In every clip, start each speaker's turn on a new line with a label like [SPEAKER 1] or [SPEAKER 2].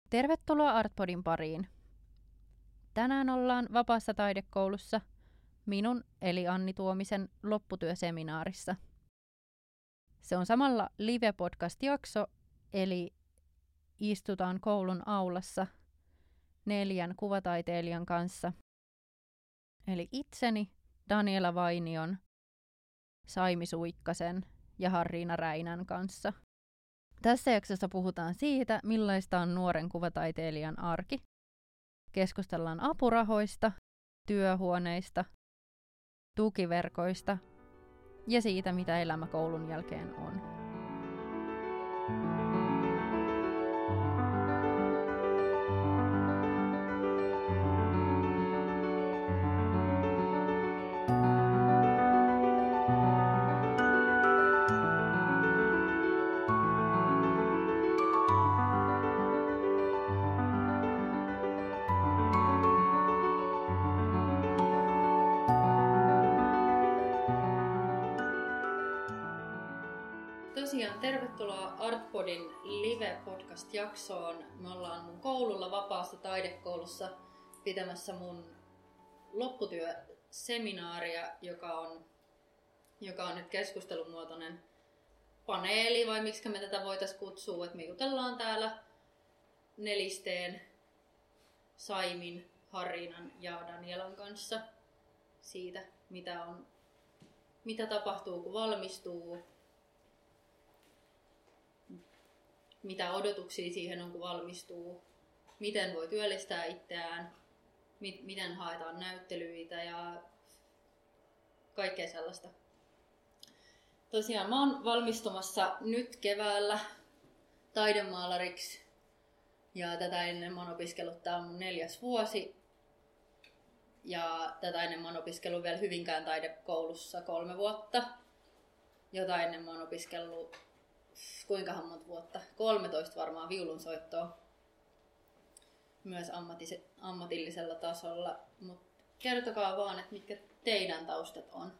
[SPEAKER 1] Tervetuloa Artpodin pariin. Tänään ollaan Vapaassa taidekoulussa minun eli Anni Tuomisen lopputyöseminaarissa. Se on samalla live-podcast-jakso, eli istutaan koulun aulassa 4 kuvataiteilijan kanssa. Eli itseni, Daniela Vainion, Saimi Suikkasen ja Harriina Räinän kanssa. Tässä jaksossa puhutaan siitä, millaista on nuoren kuvataiteilijan arki. Keskustellaan apurahoista, työhuoneista, tukiverkoista ja siitä, mitä elämä koulun jälkeen on. Tosiaan tervetuloa Artpodin live-podcast-jaksoon. Me ollaan mun koululla Vapaassa taidekoulussa pitämässä mun lopputyöseminaaria, joka on nyt keskustelumuotoinen paneeli, vai miksi me tätä voitaisiin kutsua, että me jutellaan täällä nelisteen Saimin, Harriinan ja Danielan kanssa siitä, mitä tapahtuu, kun valmistuu, mitä odotuksia siihen on, kun valmistuu, miten voi työllistää itseään, miten haetaan näyttelyitä ja kaikkea sellaista. Tosiaan mä oon valmistumassa nyt keväällä taidemaalariksi ja tätä ennen mä oon opiskellut, tää on mun 4. vuosi ja tätä ennen mä oon opiskellut vielä Hyvinkään taidekoulussa 3 vuotta, jota ennen mä oon opiskellut kuinkahan monta vuotta? 13 varmaan viulunsoittoa. Myös ammatillisella tasolla. Mut kertokaa vaan, että mitkä teidän taustat on.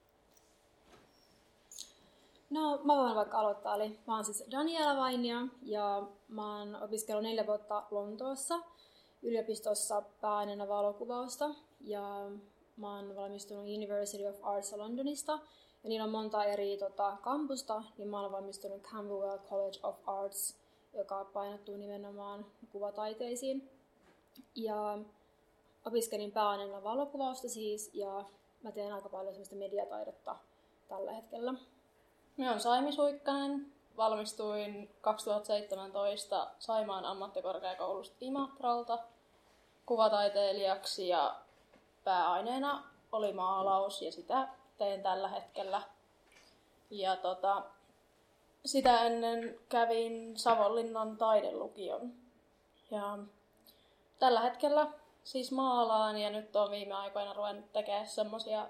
[SPEAKER 2] No mä voin vaikka aloittaa. Eli mä oon siis Daniela Vainio ja mä oon opiskellut 4 vuotta Lontoossa yliopistossa pääaineena valokuvausta. Ja mä oon valmistunut University of Arts Londonista. Ja niillä on monta eri kampusta, niin mä olen valmistunut Camberwell College of Arts, joka painottuu nimenomaan kuvataiteisiin. Ja opiskelin pääaineena valokuvausta siis, ja mä teen aika paljon sellaista mediataidetta tällä hetkellä.
[SPEAKER 3] Minä olen Saimi Suikkanen. Valmistuin 2017 Saimaan ammattikorkeakoulusta Imatralta kuvataiteilijaksi, ja pääaineena oli maalaus, ja sitä teen tällä hetkellä. Ja sitä ennen kävin Savonlinnan taidelukion. Ja tällä hetkellä siis maalaan, ja nyt on viime aikoina ruvennut tekemään semmosia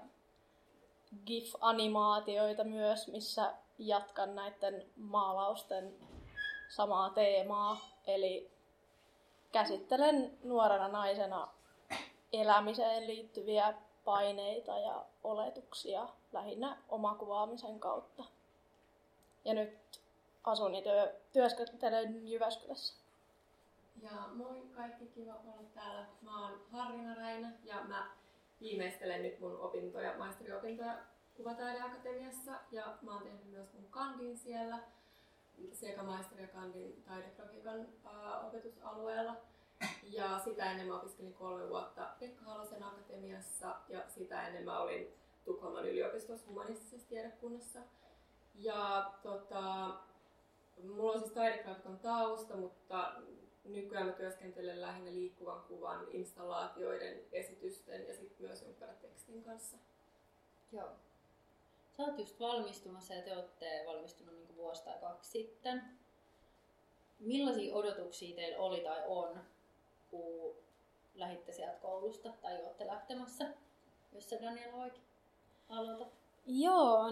[SPEAKER 3] GIF-animaatioita myös, missä jatkan näiden maalausten samaa teemaa. Eli käsittelen nuorena naisena elämiseen liittyviä paineita ja oletuksia lähinnä omakuvaamisen kautta. Ja nyt asun ja työskentelen Jyväskylässä.
[SPEAKER 4] Ja moi kaikki, kiva olla täällä. Mä oon Harriina Räinä ja mä viimeistelen nyt mun maisteriopintoja Kuvataideakatemiassa ja mä oon tehnyt myös mun kandin siellä sekä maisteri- ja kandin taidegrafiikan opetusalueella. Ja sitä ennen mä opiskelin 3 vuotta Pekka Halosen akatemiassa ja sitä ennen mä olin Tukholman yliopistossa humanistisessa tiedekunnassa. Ja mulla on siis taidegrafiikan tausta, mutta nykyään mä työskentelen lähinnä liikkuvan kuvan, installaatioiden, esitysten ja sitten myös ympärötekstin kanssa.
[SPEAKER 1] Joo. Sä oot just valmistumassa ja te ootte valmistunut niin vuosi tai 2 sitten. Millaisia odotuksia teillä oli tai on, kun lähditte sieltä koulusta tai olette lähtemässä, jos sä Daniela oikein aloitat?
[SPEAKER 2] Joo,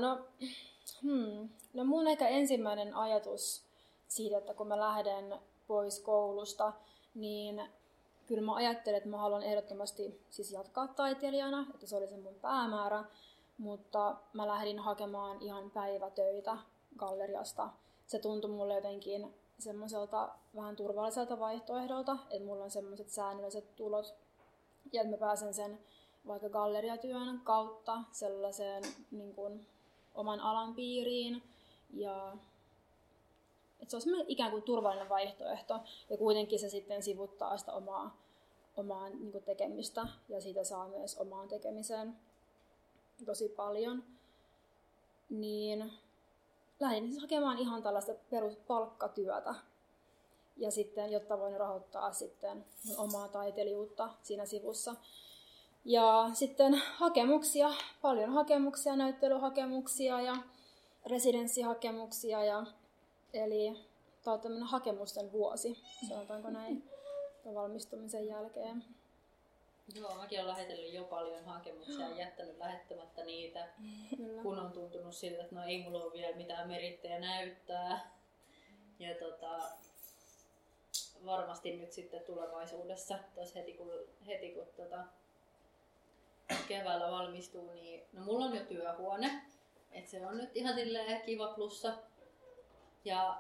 [SPEAKER 2] no mun ehkä ensimmäinen ajatus siitä, että kun mä lähden pois koulusta, niin kyllä mä ajattelin, että mä haluan ehdottomasti siis jatkaa taiteilijana, että se oli se mun päämäärä, mutta mä lähdin hakemaan ihan päivätöitä galleriasta. Se tuntui mulle jotenkin semmoiselta vähän turvalliselta vaihtoehdolta, että mulla on semmoiset säännölliset tulot ja että mä pääsen sen vaikka galleriatyön kautta sellaiseen niin kuin, oman alan piiriin ja että se on semmoinen ikään kuin turvallinen vaihtoehto ja kuitenkin se sitten sivuttaa sitä omaa niin kuin tekemistä ja siitä saa myös omaan tekemiseen tosi paljon. Niin lähdin siis hakemaan ihan tällaista peruspalkkatyötä ja sitten, jotta voin rahoittaa sitten mun omaa taiteilijuutta siinä sivussa. Ja sitten paljon hakemuksia, näyttelyhakemuksia ja residenssihakemuksia. Eli tämä on tämmöinen hakemusten vuosi, sanotaanko näin, valmistumisen jälkeen.
[SPEAKER 1] Joo, mäkin olen lähetellyt jo paljon hakemuksia ja jättänyt lähettämättä niitä, kun on tuntunut siltä, että no ei mulla ole vielä mitään merittejä näyttää. Ja varmasti nyt sitten tulevaisuudessa, heti kun keväällä valmistuu, niin no mulla on jo työhuone, että se on nyt ihan silleen kiva plussa. Ja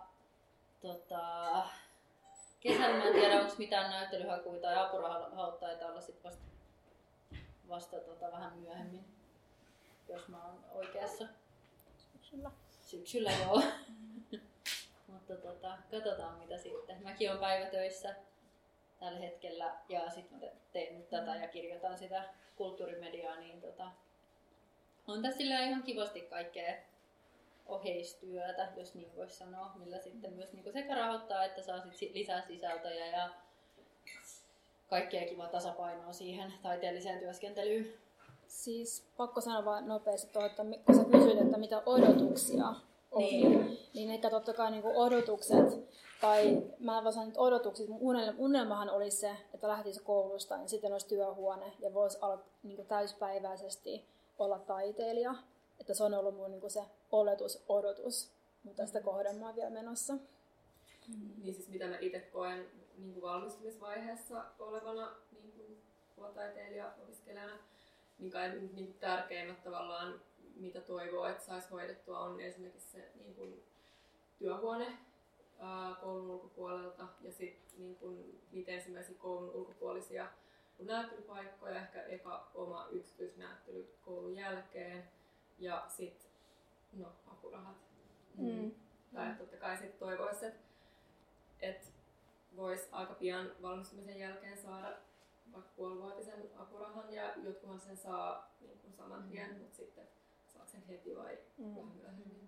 [SPEAKER 1] kesällä mä en tiedä, onko mitään näyttelyhakuja tai apurahaut taitaa olla sit vasta vähän myöhemmin, jos mä oon oikeassa. Syksyllä joo. Mutta katsotaan mitä sitten. Mäkin oon päivätöissä tällä hetkellä ja sitten mä teen nyt tätä ja kirjoitan sitä kulttuurimediaa, niin on tässä sillä ihan kivasti kaikkea oheistyötä, jos niin voisi sanoa, millä sitten myös niin sekä rahoittaa, että saa sit lisää sisältöjä ja kaikkea kiva tasapainoa siihen taiteelliseen työskentelyyn.
[SPEAKER 2] Siis pakko sanoa vaan nopeasti että kun sä kysyit, että mitä odotuksia on, niin ehkä totta kai niin odotukset, tai mä voin sanoa, että odotukset, mun unelmahan oli se, että lähtisi koulusta ja sitten olisi työhuone ja voisi niin täyspäiväisesti olla taiteilija. Että se on ollut mun niin se odotus, mutta sitä kohden mä oon vielä menossa.
[SPEAKER 4] Niin siis mitä mä itse koen niin valmistumisvaiheessa olevana niin kuvataiteilija-opiskelijana, niin kai niin tärkeimmät tavallaan, mitä toivoo, että saisi hoidettua, on esimerkiksi se niin työhuone koulun ulkopuolelta ja sitten niin miten ensimmäisiä koulun ulkopuolisia näyttelypaikkoja, ehkä eka oma yksityisnäyttely koulun jälkeen. Ja sitten apurahat. Tai totta kai sitten toivoisi, että voisi aika pian valmistumisen jälkeen saada vaikka puolivuotisen apurahan ja jotkuhan sen saa niin kuin saman tien, mutta sitten saako sen heti vai vähän myöhemmin.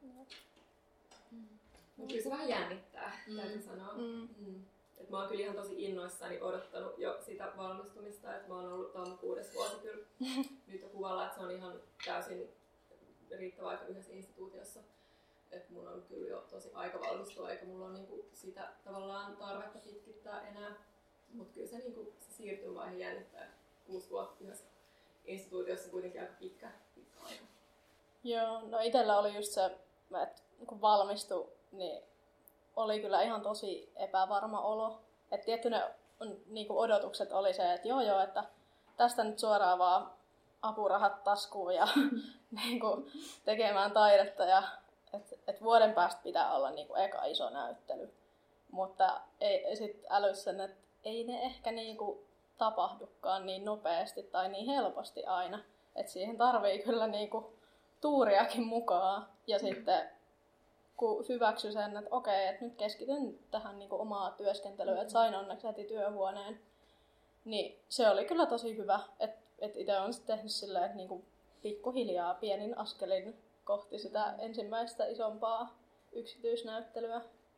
[SPEAKER 4] Mutta kyllä se vähän jännittää, täytyy sanoa. Et mä oon kyllä ihan tosi innoissani odottanut jo sitä valmistumista, että mä oon ollut tammikuudes vuosi kyllä nyt jo kuvalla, että se on ihan täysin riittävä aika yhdessä instituutiossa. Että mun on kyllä jo tosi aika valmistua, eikä mulla ole niinku sitä tavallaan tarvetta pitkittää enää. Mutta kyllä se, niinku, se siirtymävaihe jännittää 6 vuotta yhdessä instituutiossa kuitenkin aika pitkä aika.
[SPEAKER 3] Joo, no itellä oli just se, että kun valmistui, niin oli kyllä ihan tosi epävarma olo. Että tietty ne niinku odotukset oli se, että joo, että tästä nyt suoraan vaan apurahat taskuun ja niinku tekemään taidetta ja että vuoden päästä pitää olla niinku eka iso näyttely. Mutta sitten älyssä sen, että ei ne ehkä niinku tapahdukaan niin nopeasti tai niin helposti aina. Että siihen tarvii kyllä niinku tuuriakin mukaan ja sitten kun hyväksy sen, että okei, että nyt keskityn tähän niinku omaa työskentelyyn, että sain onneksi heti työhuoneen, niin se oli kyllä tosi hyvä. Että itse olen sitten tehnyt silleen, että niinku pikkuhiljaa pienin askelin kohti sitä ensimmäistä isompaa yksityisnäyttelyä.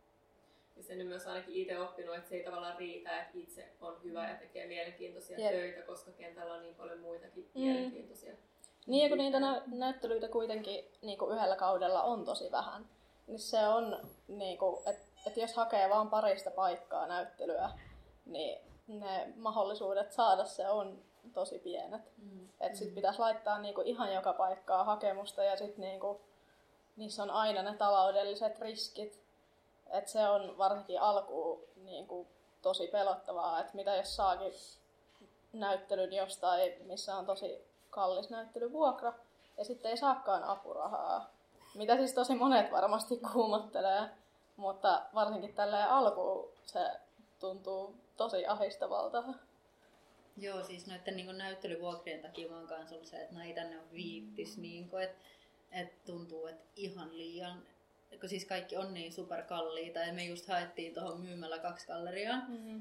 [SPEAKER 4] Ja sen on myös ainakin itse oppinut, että se ei tavallaan riitä, että itse on hyvä ja tekee mielenkiintoisia töitä, koska kentällä on niin paljon muitakin mielenkiintoisia.
[SPEAKER 3] Niin, ja kun niitä näyttelyitä kuitenkin niin kuin yhdellä kaudella on tosi vähän, niin se on, niin että jos hakee vaan parista paikkaa näyttelyä, niin ne mahdollisuudet saada se on tosi pienet. Että sit pitäisi laittaa niin kuin ihan joka paikkaa hakemusta ja sit niin kuin, niissä on aina ne taloudelliset riskit. Että se on varsinkin alkuun niin kuin tosi pelottavaa, että mitä jos saakin näyttelyn jostain, missä on tosi kallis näyttelyvuokra ja sitten ei saakaan apurahaa. Mitä siis tosi monet varmasti kuumottelee. Mutta varsinkin tälleen alkuun se tuntuu tosi ahdistavalta.
[SPEAKER 1] Joo, siis noiden niin näyttelyvuokrien takia mä oon kanssa ollut se, että ei tänne on viittis, niin että tuntuu, että ihan liian, kun siis kaikki on niin superkalliita ja me just haettiin tuohon myymällä 2 galleriaa,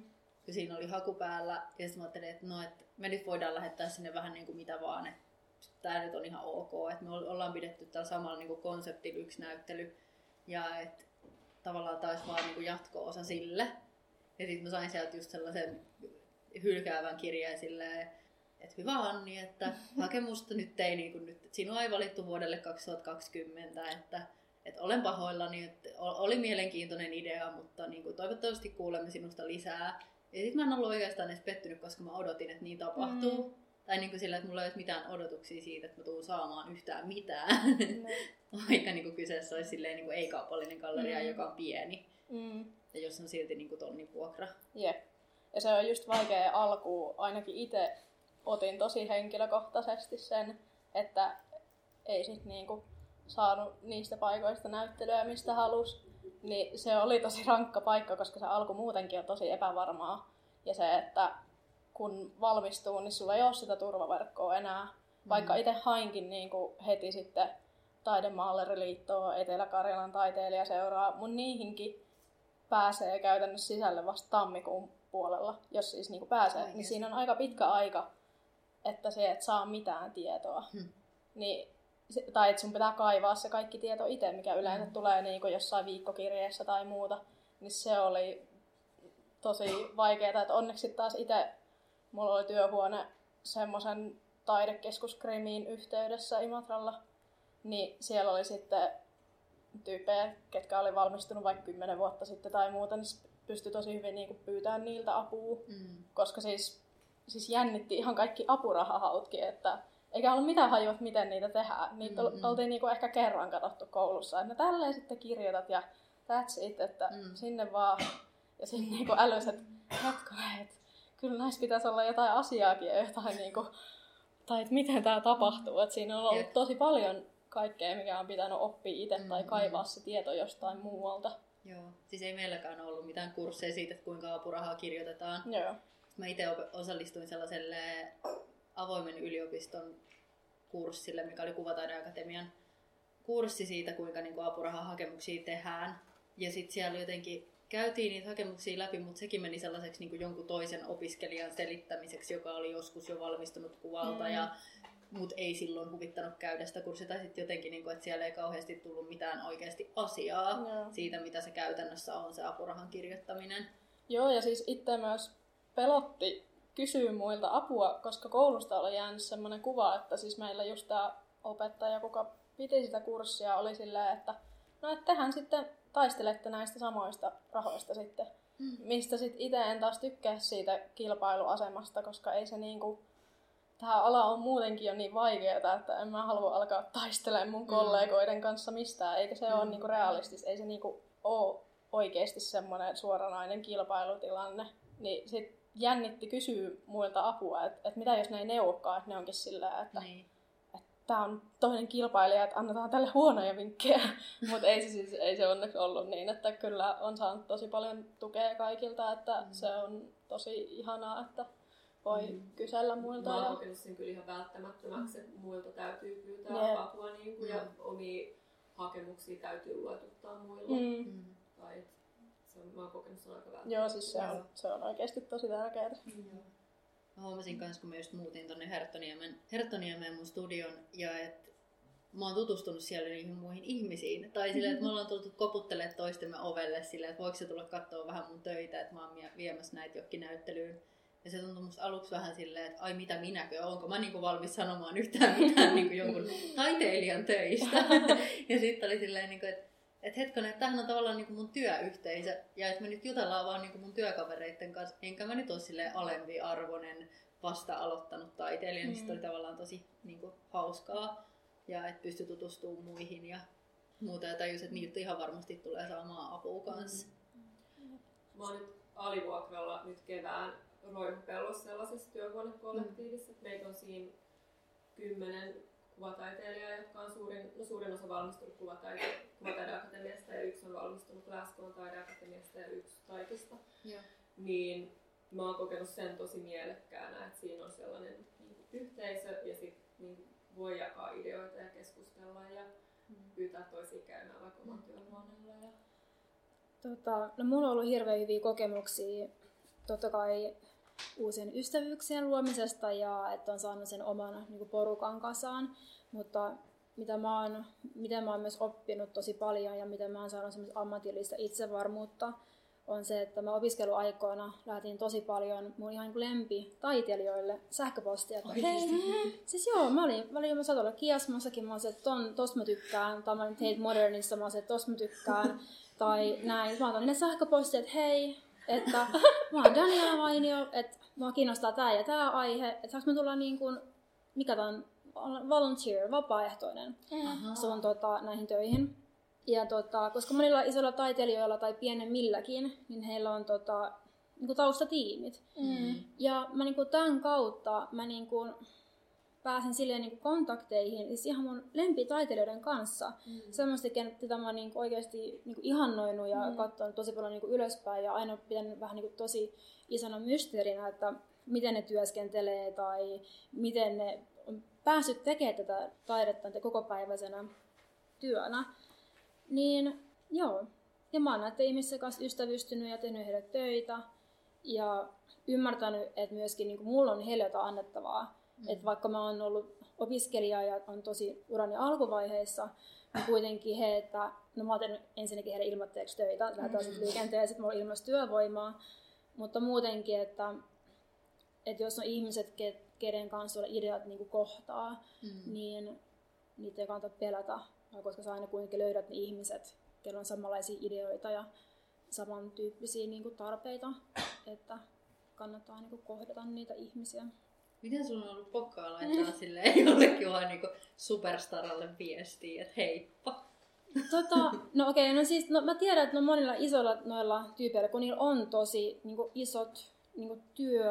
[SPEAKER 1] ja siinä oli haku päällä ja sitten mä ajattelin, että että me nyt voidaan lähettää sinne vähän niin kuin mitä vaan, että tää nyt on ihan ok, että me ollaan pidetty täällä samalla niin kuin konseptilla 1 näyttely ja että tavallaan taisi vaan niin kuin jatko-osa sille. Ja sitten mä sain sieltä just sellaisen hylkäävän kirjeen silleen, että hyvä Anni, että hakemusta nyt ei niin kuin nyt, sinua ei valittu vuodelle 2020, että olen pahoillani, että oli mielenkiintoinen idea, mutta niin kuin toivottavasti kuulemme sinusta lisää. Ja sitten mä en ollut oikeastaan edes pettynyt, koska mä odotin, että niin tapahtuu. Tai niin kuin sillä, että mulla ei olisi mitään odotuksia siitä, että mä tuun saamaan yhtään mitään. Vaikka niin kuin kyseessä olisi silleen, niin kuin ei-kaupallinen galleria, joka on pieni. Ja jos on silti niin kuin tonnin vuokra.
[SPEAKER 3] Jep. Ja se on just vaikea alkuun. Ainakin itse otin tosi henkilökohtaisesti sen, että ei sit niinku saanut niistä paikoista näyttelyä, mistä halusi. Niin se oli tosi rankka paikka, koska se alku muutenkin on tosi epävarmaa. Ja se, että kun valmistuu, niin sulla ei ole sitä turvaverkkoa enää. Vaikka itse hainkin niinku heti sitten Taidemaalariliittoa, Etelä-Karjalan taiteilijaseuraa, mun niihinkin pääsee käytännössä sisälle vasta tammikuun puolella, jos siis niinku pääsee. Niin siinä on aika pitkä aika, että se et saa mitään tietoa. Niin, tai että sun pitää kaivaa se kaikki tieto itse, mikä yleensä tulee niinku jossain viikkokirjeessä tai muuta. Niin se oli tosi vaikeaa, että onneksi taas itse mulla oli työhuone semmoisen taidekeskus Krimiin yhteydessä Imatralla. Niin siellä oli sitten tyyppejä, ketkä oli valmistunut vaikka 10 vuotta sitten tai muuta, niin pystyi tosi hyvin niin kuin pyytämään niiltä apua. Koska siis jännitti ihan kaikki apurahahautkin, että eikä ollut mitään hajua, miten niitä tehdään. Niitä oltiin niin kuin ehkä kerran katsottu koulussa, että tälleen sitten kirjoitat ja that's it, että sinne vaan. Ja sitten niin kuin älys, että hetkonen, että kyllä näissä pitäisi olla jotain asiaakin ja jotain, niin kuin, tai että miten tämä tapahtuu. Että siinä on ollut tosi paljon kaikkea, mikä on pitänyt oppia itse tai kaivaa se tieto jostain muualta.
[SPEAKER 1] Joo, siis ei meilläkään ollut mitään kursseja siitä, että kuinka apurahaa kirjoitetaan.
[SPEAKER 3] Joo.
[SPEAKER 1] Mä itse osallistuin sellaiselle avoimen yliopiston kurssille, mikä oli Kuvataideakatemian kurssi siitä, kuinka niin kuin apurahahakemuksia tehdään. Ja sitten siellä jotenkin käytiin niitä hakemuksia läpi, mutta sekin meni sellaiseksi niin kuin jonkun toisen opiskelijan selittämiseksi, joka oli joskus jo valmistunut kuvalta. Mut ei silloin huvittanut käydä sitä kurssia, tai sitten jotenkin, niin kuin, että siellä ei kauheasti tullut mitään oikeasti asiaa siitä, mitä se käytännössä on, se apurahan kirjoittaminen.
[SPEAKER 3] Joo, ja siis itse myös pelotti kysyä muilta apua, koska koulusta oli jäänyt semmoinen kuva, että siis meillä just tämä opettaja, kuka piti sitä kurssia, oli silleen, että no, että tehän sitten taistelette näistä samoista rahoista sitten. Mistä sitten itse en taas tykkää siitä kilpailuasemasta, koska ei se niinku... Tämä ala on muutenkin jo niin vaikeaa, että en mä halua alkaa taistelemaan mun kollegoiden kanssa mistään, eikä se ole niinku realistista, ei se niinku ole oikeasti semmoinen suoranainen kilpailutilanne. Niin sit jännitti kysyä muilta apua, että mitä jos ne ei neuvokaan, että ne onkin sillä, että tää on toinen kilpailija, että annetaan tälle huonoja vinkkejä. Mutta ei se onneksi ollut niin, että kyllä on saanut tosi paljon tukea kaikilta, että se on tosi ihanaa, että voi kysellä muilta.
[SPEAKER 4] Mä oon kokenut sen kyllä ihan välttämättömäksi, että muilta täytyy pyytää apua niin kuin, ja omia hakemuksia täytyy luetuttaa muilla. Tai mä oon kokenut sen aika välttämättömäksi.
[SPEAKER 3] Joo, siis se on oikeasti tosi tärkeää.
[SPEAKER 1] Mä huomasin kans, kun mä just muutin tonne Herttoniemeen mun studion, ja että mä oon tutustunut siellä niihin muihin ihmisiin. Tai silleen, että me ollaan tultu koputtelemaan toistemme ovelle silleen, että voiko se tulla katsoa vähän mun töitä, että mä oon viemässä näitä johonkin näyttelyyn. Ja se tuntui musta aluksi vähän silleen, että ai mitä minäkö, onko mä niinku valmis sanomaan yhtään mitään niinku jonkun taiteilijan töistä. Ja sitten oli silleen, niinku, että hetkonen, että tämähän on tavallaan niinku mun työyhteisö. Ja että me nyt jutellaan vaan niinku mun työkavereiden kanssa, enkä mä nyt ole silleen alempiarvoinen vasta aloittanut taiteilija. Niin oli tavallaan tosi niinku hauskaa. Ja että pystyi tutustumaan muihin ja muuta. Ja tajus, että niiltä ihan varmasti tulee saamaan apua kanssa.
[SPEAKER 4] Mä oon nyt alivuokralla nyt kevään Roihupellossa sellaisessa työhuonekollektiivissa, että meitä on siinä 10 kuvataiteilija, jotka on suurin osa valmistunut Kuvataideakatemiasta ja yksi on valmistunut Glasgow'n taideakatemiasta ja yksi Taikista. Niin mä oon kokenut sen tosi mielekkäänä, että siinä on sellainen niin yhteisö ja sit niin voi jakaa ideoita ja keskustella ja pyytää toisia käymään vaikka oman työn huoneella.
[SPEAKER 2] No, mulla on ollut hirveän hyviä kokemuksia totta kai uusien ystävyyksien luomisesta ja että on saanut sen oman niin kuin porukan kasaan, mutta mitä mä oon myös oppinut tosi paljon ja mitä mä oon saanut semmoista ammatillista itsevarmuutta, on se, että mä opiskeluaikoina lähetin tosi paljon mun ihan lempitaiteilijoille sähköpostia, että hei, siis joo, mä olin satolla Kiasmassakin, mä olin että tosta mä tykkään, tai mä olin Tate Modernissa, mä olin että tosta mä tykkään, tai näin. Mä otan niille sähköpostia, että hei, että mä oon Daniela Vainio, että mua kiinnostaa tää ja tää aihe, että saanko mä tulla niin kuin, mikä tää on, volunteer, vapaaehtoinen sun näihin töihin. Ja koska monilla isoilla taiteilijoilla tai pienemmilläkin, niin heillä on niinku taustatiimit. Ja mä niinku tämän kautta mä niinku pääsin silleen niinku kontakteihin siis ihan mun lempitaiteilijoiden kanssa. Semmoista, ketä mä oon niinku oikeasti niinku ihannoinut ja katsonut tosi paljon niinku ylöspäin ja aina pitänyt vähän niinku tosi isona mysteerinä, että miten ne työskentelee tai miten ne on päässyt tekemään tätä taidetta kokopäiväisenä työnä. Niin joo, ja mä oon näiden ihmisten kanssa ystävystynyt ja tehnyt heille töitä ja ymmärtänyt, että myöskin niin mulla on heille jotain annettavaa. Että vaikka mä oon ollut opiskelija ja on tosi urani alkuvaiheessa, niin kuitenkin että no mä oon tehnyt ensinnäkin heille ilmoitteeksi töitä, lähdetään sitten liikenteen ja sitten mulla on ilmaista työvoimaa, mutta muutenkin, että jos on ihmiset, kenen kanssa sulla ideat niin kohtaa, niin niitä ei kannata pelätä. Koska sä aina kuitenkin löydät ne ihmiset, joilla on samanlaisia ideoita ja samantyyppisiä niin kuin tarpeita, että kannattaa niin kuin kohdata niitä ihmisiä.
[SPEAKER 1] Miten sulla on ollut pokkaa laittaa silleen jollekin vaan niin superstaralle viestiä, että heippa?
[SPEAKER 2] No okei, mä tiedän, että monilla isoilla noilla tyypeillä, kun niillä on tosi niin kuin isot niin kuin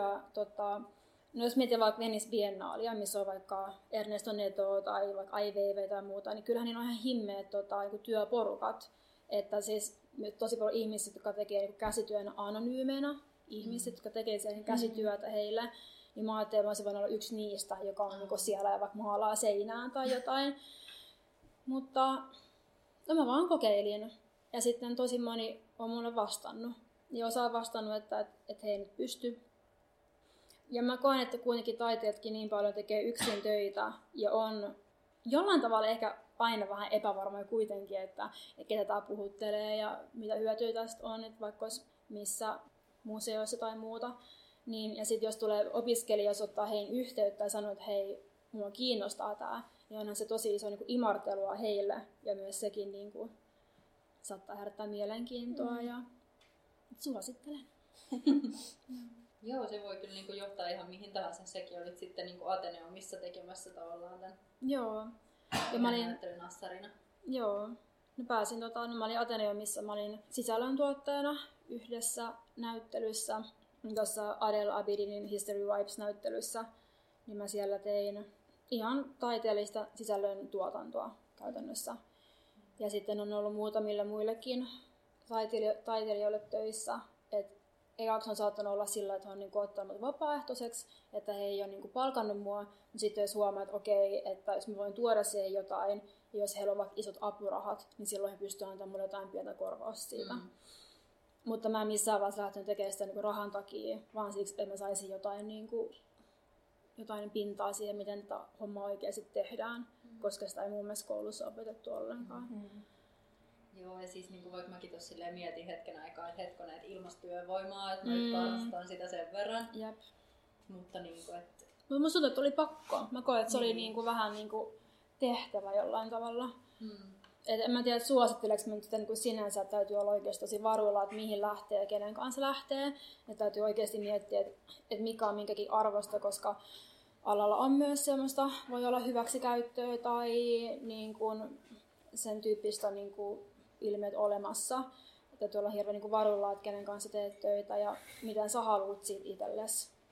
[SPEAKER 2] no jos mietitään vaikka Venice Biennaalia, missä on vaikka Ernesto Neto tai vaikka Ai Weiwei tai muuta, niin kyllähän niillä on ihan himmeet työporukat. Että siis tosi paljon ihmiset, jotka tekee käsityönä anonyymeina, ihmiset, jotka tekee sen käsityötä heille, niin mä ajattelin, että mä voin olla yksi niistä, joka on niin siellä ja vaikka maalaa seinään tai jotain. Mutta no mä vaan kokeilin. Ja sitten tosi moni on mulle vastannut. Ja osa on vastannut, että he ei nyt pysty. Ja mä koen, että kuitenkin taiteilijatkin niin paljon tekee yksin töitä ja on jollain tavalla ehkä aina vähän epävarmoja kuitenkin, että ketä tää puhuttelee ja mitä hyötyä tästä on, että vaikka olisi missä museoissa tai muuta. Niin, ja sitten jos tulee opiskelija, jos ottaa heihin yhteyttä ja sanoo, että hei, mua kiinnostaa tää, niin onhan se tosi iso niin kuin imartelua heille ja myös sekin niin kuin, saattaa herättää mielenkiintoa ja suosittelen.
[SPEAKER 1] Joo, se voi kyllä niinku johtaa ihan mihin tahansa. Sekin olit sitten niinku Ateneumissa tekemässä tavallaan tämän.
[SPEAKER 2] Joo. Ja mä olin
[SPEAKER 1] nassarina.
[SPEAKER 2] Joo. No pääsin mä olin Ateneumissa, mä olin sisällöntuottajana yhdessä näyttelyssä, tuossa Adele Abidinin History Vibes-näyttelyssä, niin mä siellä tein ihan taiteellista sisällön tuotantoa käytännössä. Ja sitten on ollut muutamille muillekin taiteilijoille töissä, ekaksi on saattanut olla sillä, että he on niin ottanut vapaaehtoiseksi, että he ei ole niin palkannut mua, mutta sitten jos huomaa, että okei, että jos mä voin tuoda siihen jotain, ja jos heillä on vaikka isot apurahat, niin silloin he pystyvät antamaan mulle jotain pientä korvausta siitä. Mutta mä en missään vaiheessa lähtenyt tekemään sitä niin rahan takia, vaan siksi, että mä saisin jotain pintaa siihen, miten tätä hommaa oikeasti tehdään, koska sitä ei mun mielestä koulussa opetettu ollenkaan.
[SPEAKER 1] Joo, ja siis niin vaikka mäkin tuossa mietin hetken aikaa, että hetkonen, että ilmastyövoimaa, että mä nyt karastan sitä sen verran.
[SPEAKER 2] Jep.
[SPEAKER 1] Mutta niinku, että...
[SPEAKER 2] Mutta musta tuntuu, että oli pakko. Mä koen, että se oli niinku vähän niinku tehtävä jollain tavalla. Et en mä tiedä, että suositteleeko mä nyt sitä niinku sinänsä, että täytyy olla oikeasti tosi varuilla, että mihin lähtee ja kenen kanssa lähtee. Että täytyy oikeasti miettiä, että mikä on minkäkin arvosta, koska alalla on myös semmoista, voi olla hyväksikäyttöä tai niinku sen tyyppistä niinku ilmiöt olemassa. Täytyy olla hirveän niin varuilla, että kenen kanssa teet töitä ja miten sä haluat siitä itsellesi.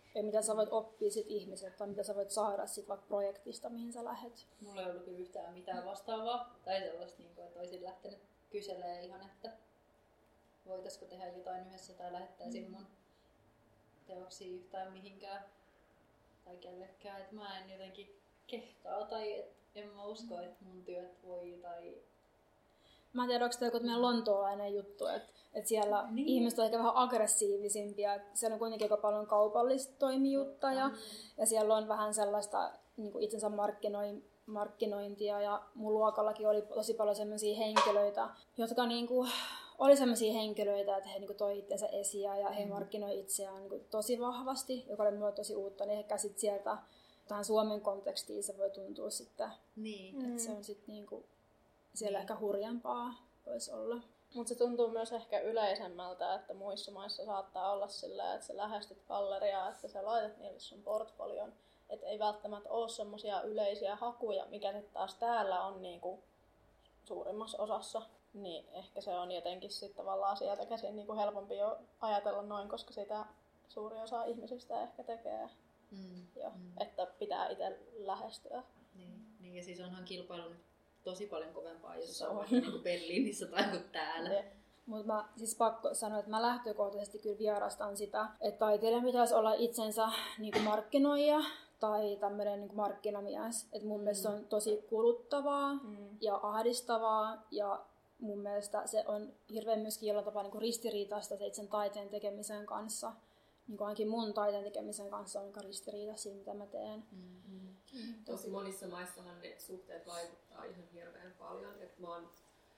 [SPEAKER 2] ja mitä sä voit oppia sit ihmiset tai mitä sä voit saada sit vaikka projektista, mihin sä lähet.
[SPEAKER 1] Mulla ei ollut kyllä yhtään mitään vastaavaa tai sellaista, että olisin lähtenyt kyselemään ihan, että voitaisiko tehdä jotain yhdessä tai lähettäisin mun teoksia yhtään mihinkään tai kellekään. Että mä en jotenkin kehtaa tai en mä usko, että mun työt voi tai...
[SPEAKER 2] Mä en tiedä, onko tämä joku meidän lontoolainen juttu, että siellä ihmiset on ehkä vähän aggressiivisimpia. Siellä on kuitenkin aika paljon kaupallista toimijuutta ja siellä on vähän sellaista niin kuin itsensä markkinointia. Ja mun luokallakin oli tosi paljon sellaisia henkilöitä, jotka niin kuin, oli sellaisia henkilöitä, että he niin kuin toi itsensä esiin ja he markkinoi itseään niin kuin tosi vahvasti, joka oli mulle tosi uutta. Niin ehkä sit sieltä tähän Suomen kontekstiin se voi tuntua sitten, että se on sitten niin kuin siellä ehkä hurjempaa voisi olla.
[SPEAKER 3] Mutta se tuntuu myös ehkä yleisemmältä, että muissa maissa saattaa olla sillä, että sä lähestyt galleriaa, että sä laitat niille sun portfolion. Että ei välttämättä ole semmoisia yleisiä hakuja, mikä sitten taas täällä on niinku suurimmassa osassa. Niin ehkä se on jotenkin sitten tavallaan sieltä käsin niinku helpompi jo ajatella noin, koska sitä suuri osa ihmisistä ehkä tekee. Että pitää itse lähestyä.
[SPEAKER 1] Niin, ja siis onhan kilpailu nyt tosi paljon kovempaa, jos se on vaikka niinku Berliinissä tai kuin täällä.
[SPEAKER 2] Mutta mä siis pakko sanoa, että mä lähtökohtaisesti kyllä vierastan sitä, että taiteilijan pitäisi olla itsensä niinku markkinoija tai tämmöinen niinku markkinamies. Et mun mielestä se on tosi kuluttavaa ja ahdistavaa ja mun mielestä se on hirveän myöskin jollain tapaa niinku ristiriitaista se itsen taiteen tekemisen kanssa. Niin ainakin mun taiteen tekemisen kanssa on aika ristiriita siinä, mitä mä teen.
[SPEAKER 4] Tosi monissa maissahan ne suhteet vaikuttaa ihan hirveän paljon. Et mä oon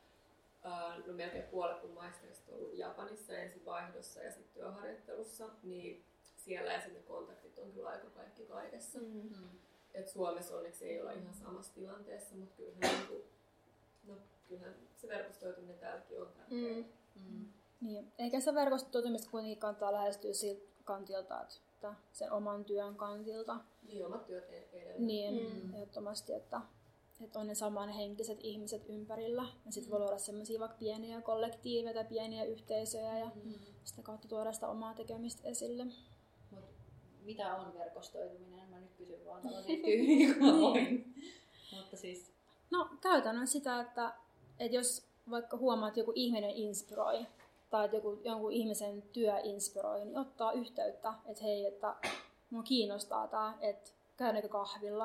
[SPEAKER 4] melkein puolet mun maisterista ollut Japanissa ensin vaihdossa ja sitten työharjoittelussa, niin siellä ja sitten kontaktit on kyllä aika kaikki kaikessa. Et Suomessa onneksi ei olla ihan samassa tilanteessa, mutta kyllähän se verkostoituminen täälläkin on tärkeää.
[SPEAKER 2] Niin, eikä se verkostoitumista kuitenkin kannattaa lähestyä siltä kantilta, että sen oman työn kantilta.
[SPEAKER 4] Niin, omat työt edellä.
[SPEAKER 2] Niin, ehdottomasti, että on ne samanhenkiset ihmiset ympärillä. Ja sitten voi luoda sellaisia vaikka pieniä kollektiiveja tai pieniä yhteisöjä ja sitä kautta tuoda sitä omaa tekemistä esille.
[SPEAKER 1] Mut mitä on verkostoituminen? Mä nyt kysyn vaan tällaisia tyhjiä, kun mä voin. Mutta siis...
[SPEAKER 2] No käytännössä sitä, että jos vaikka huomaat, että joku ihminen inspiroi, tai että jonkun ihmisen työ inspiroi, niin ottaa yhteyttä, että hei, että minua kiinnostaa tämä, että käydäänkö kahvilla,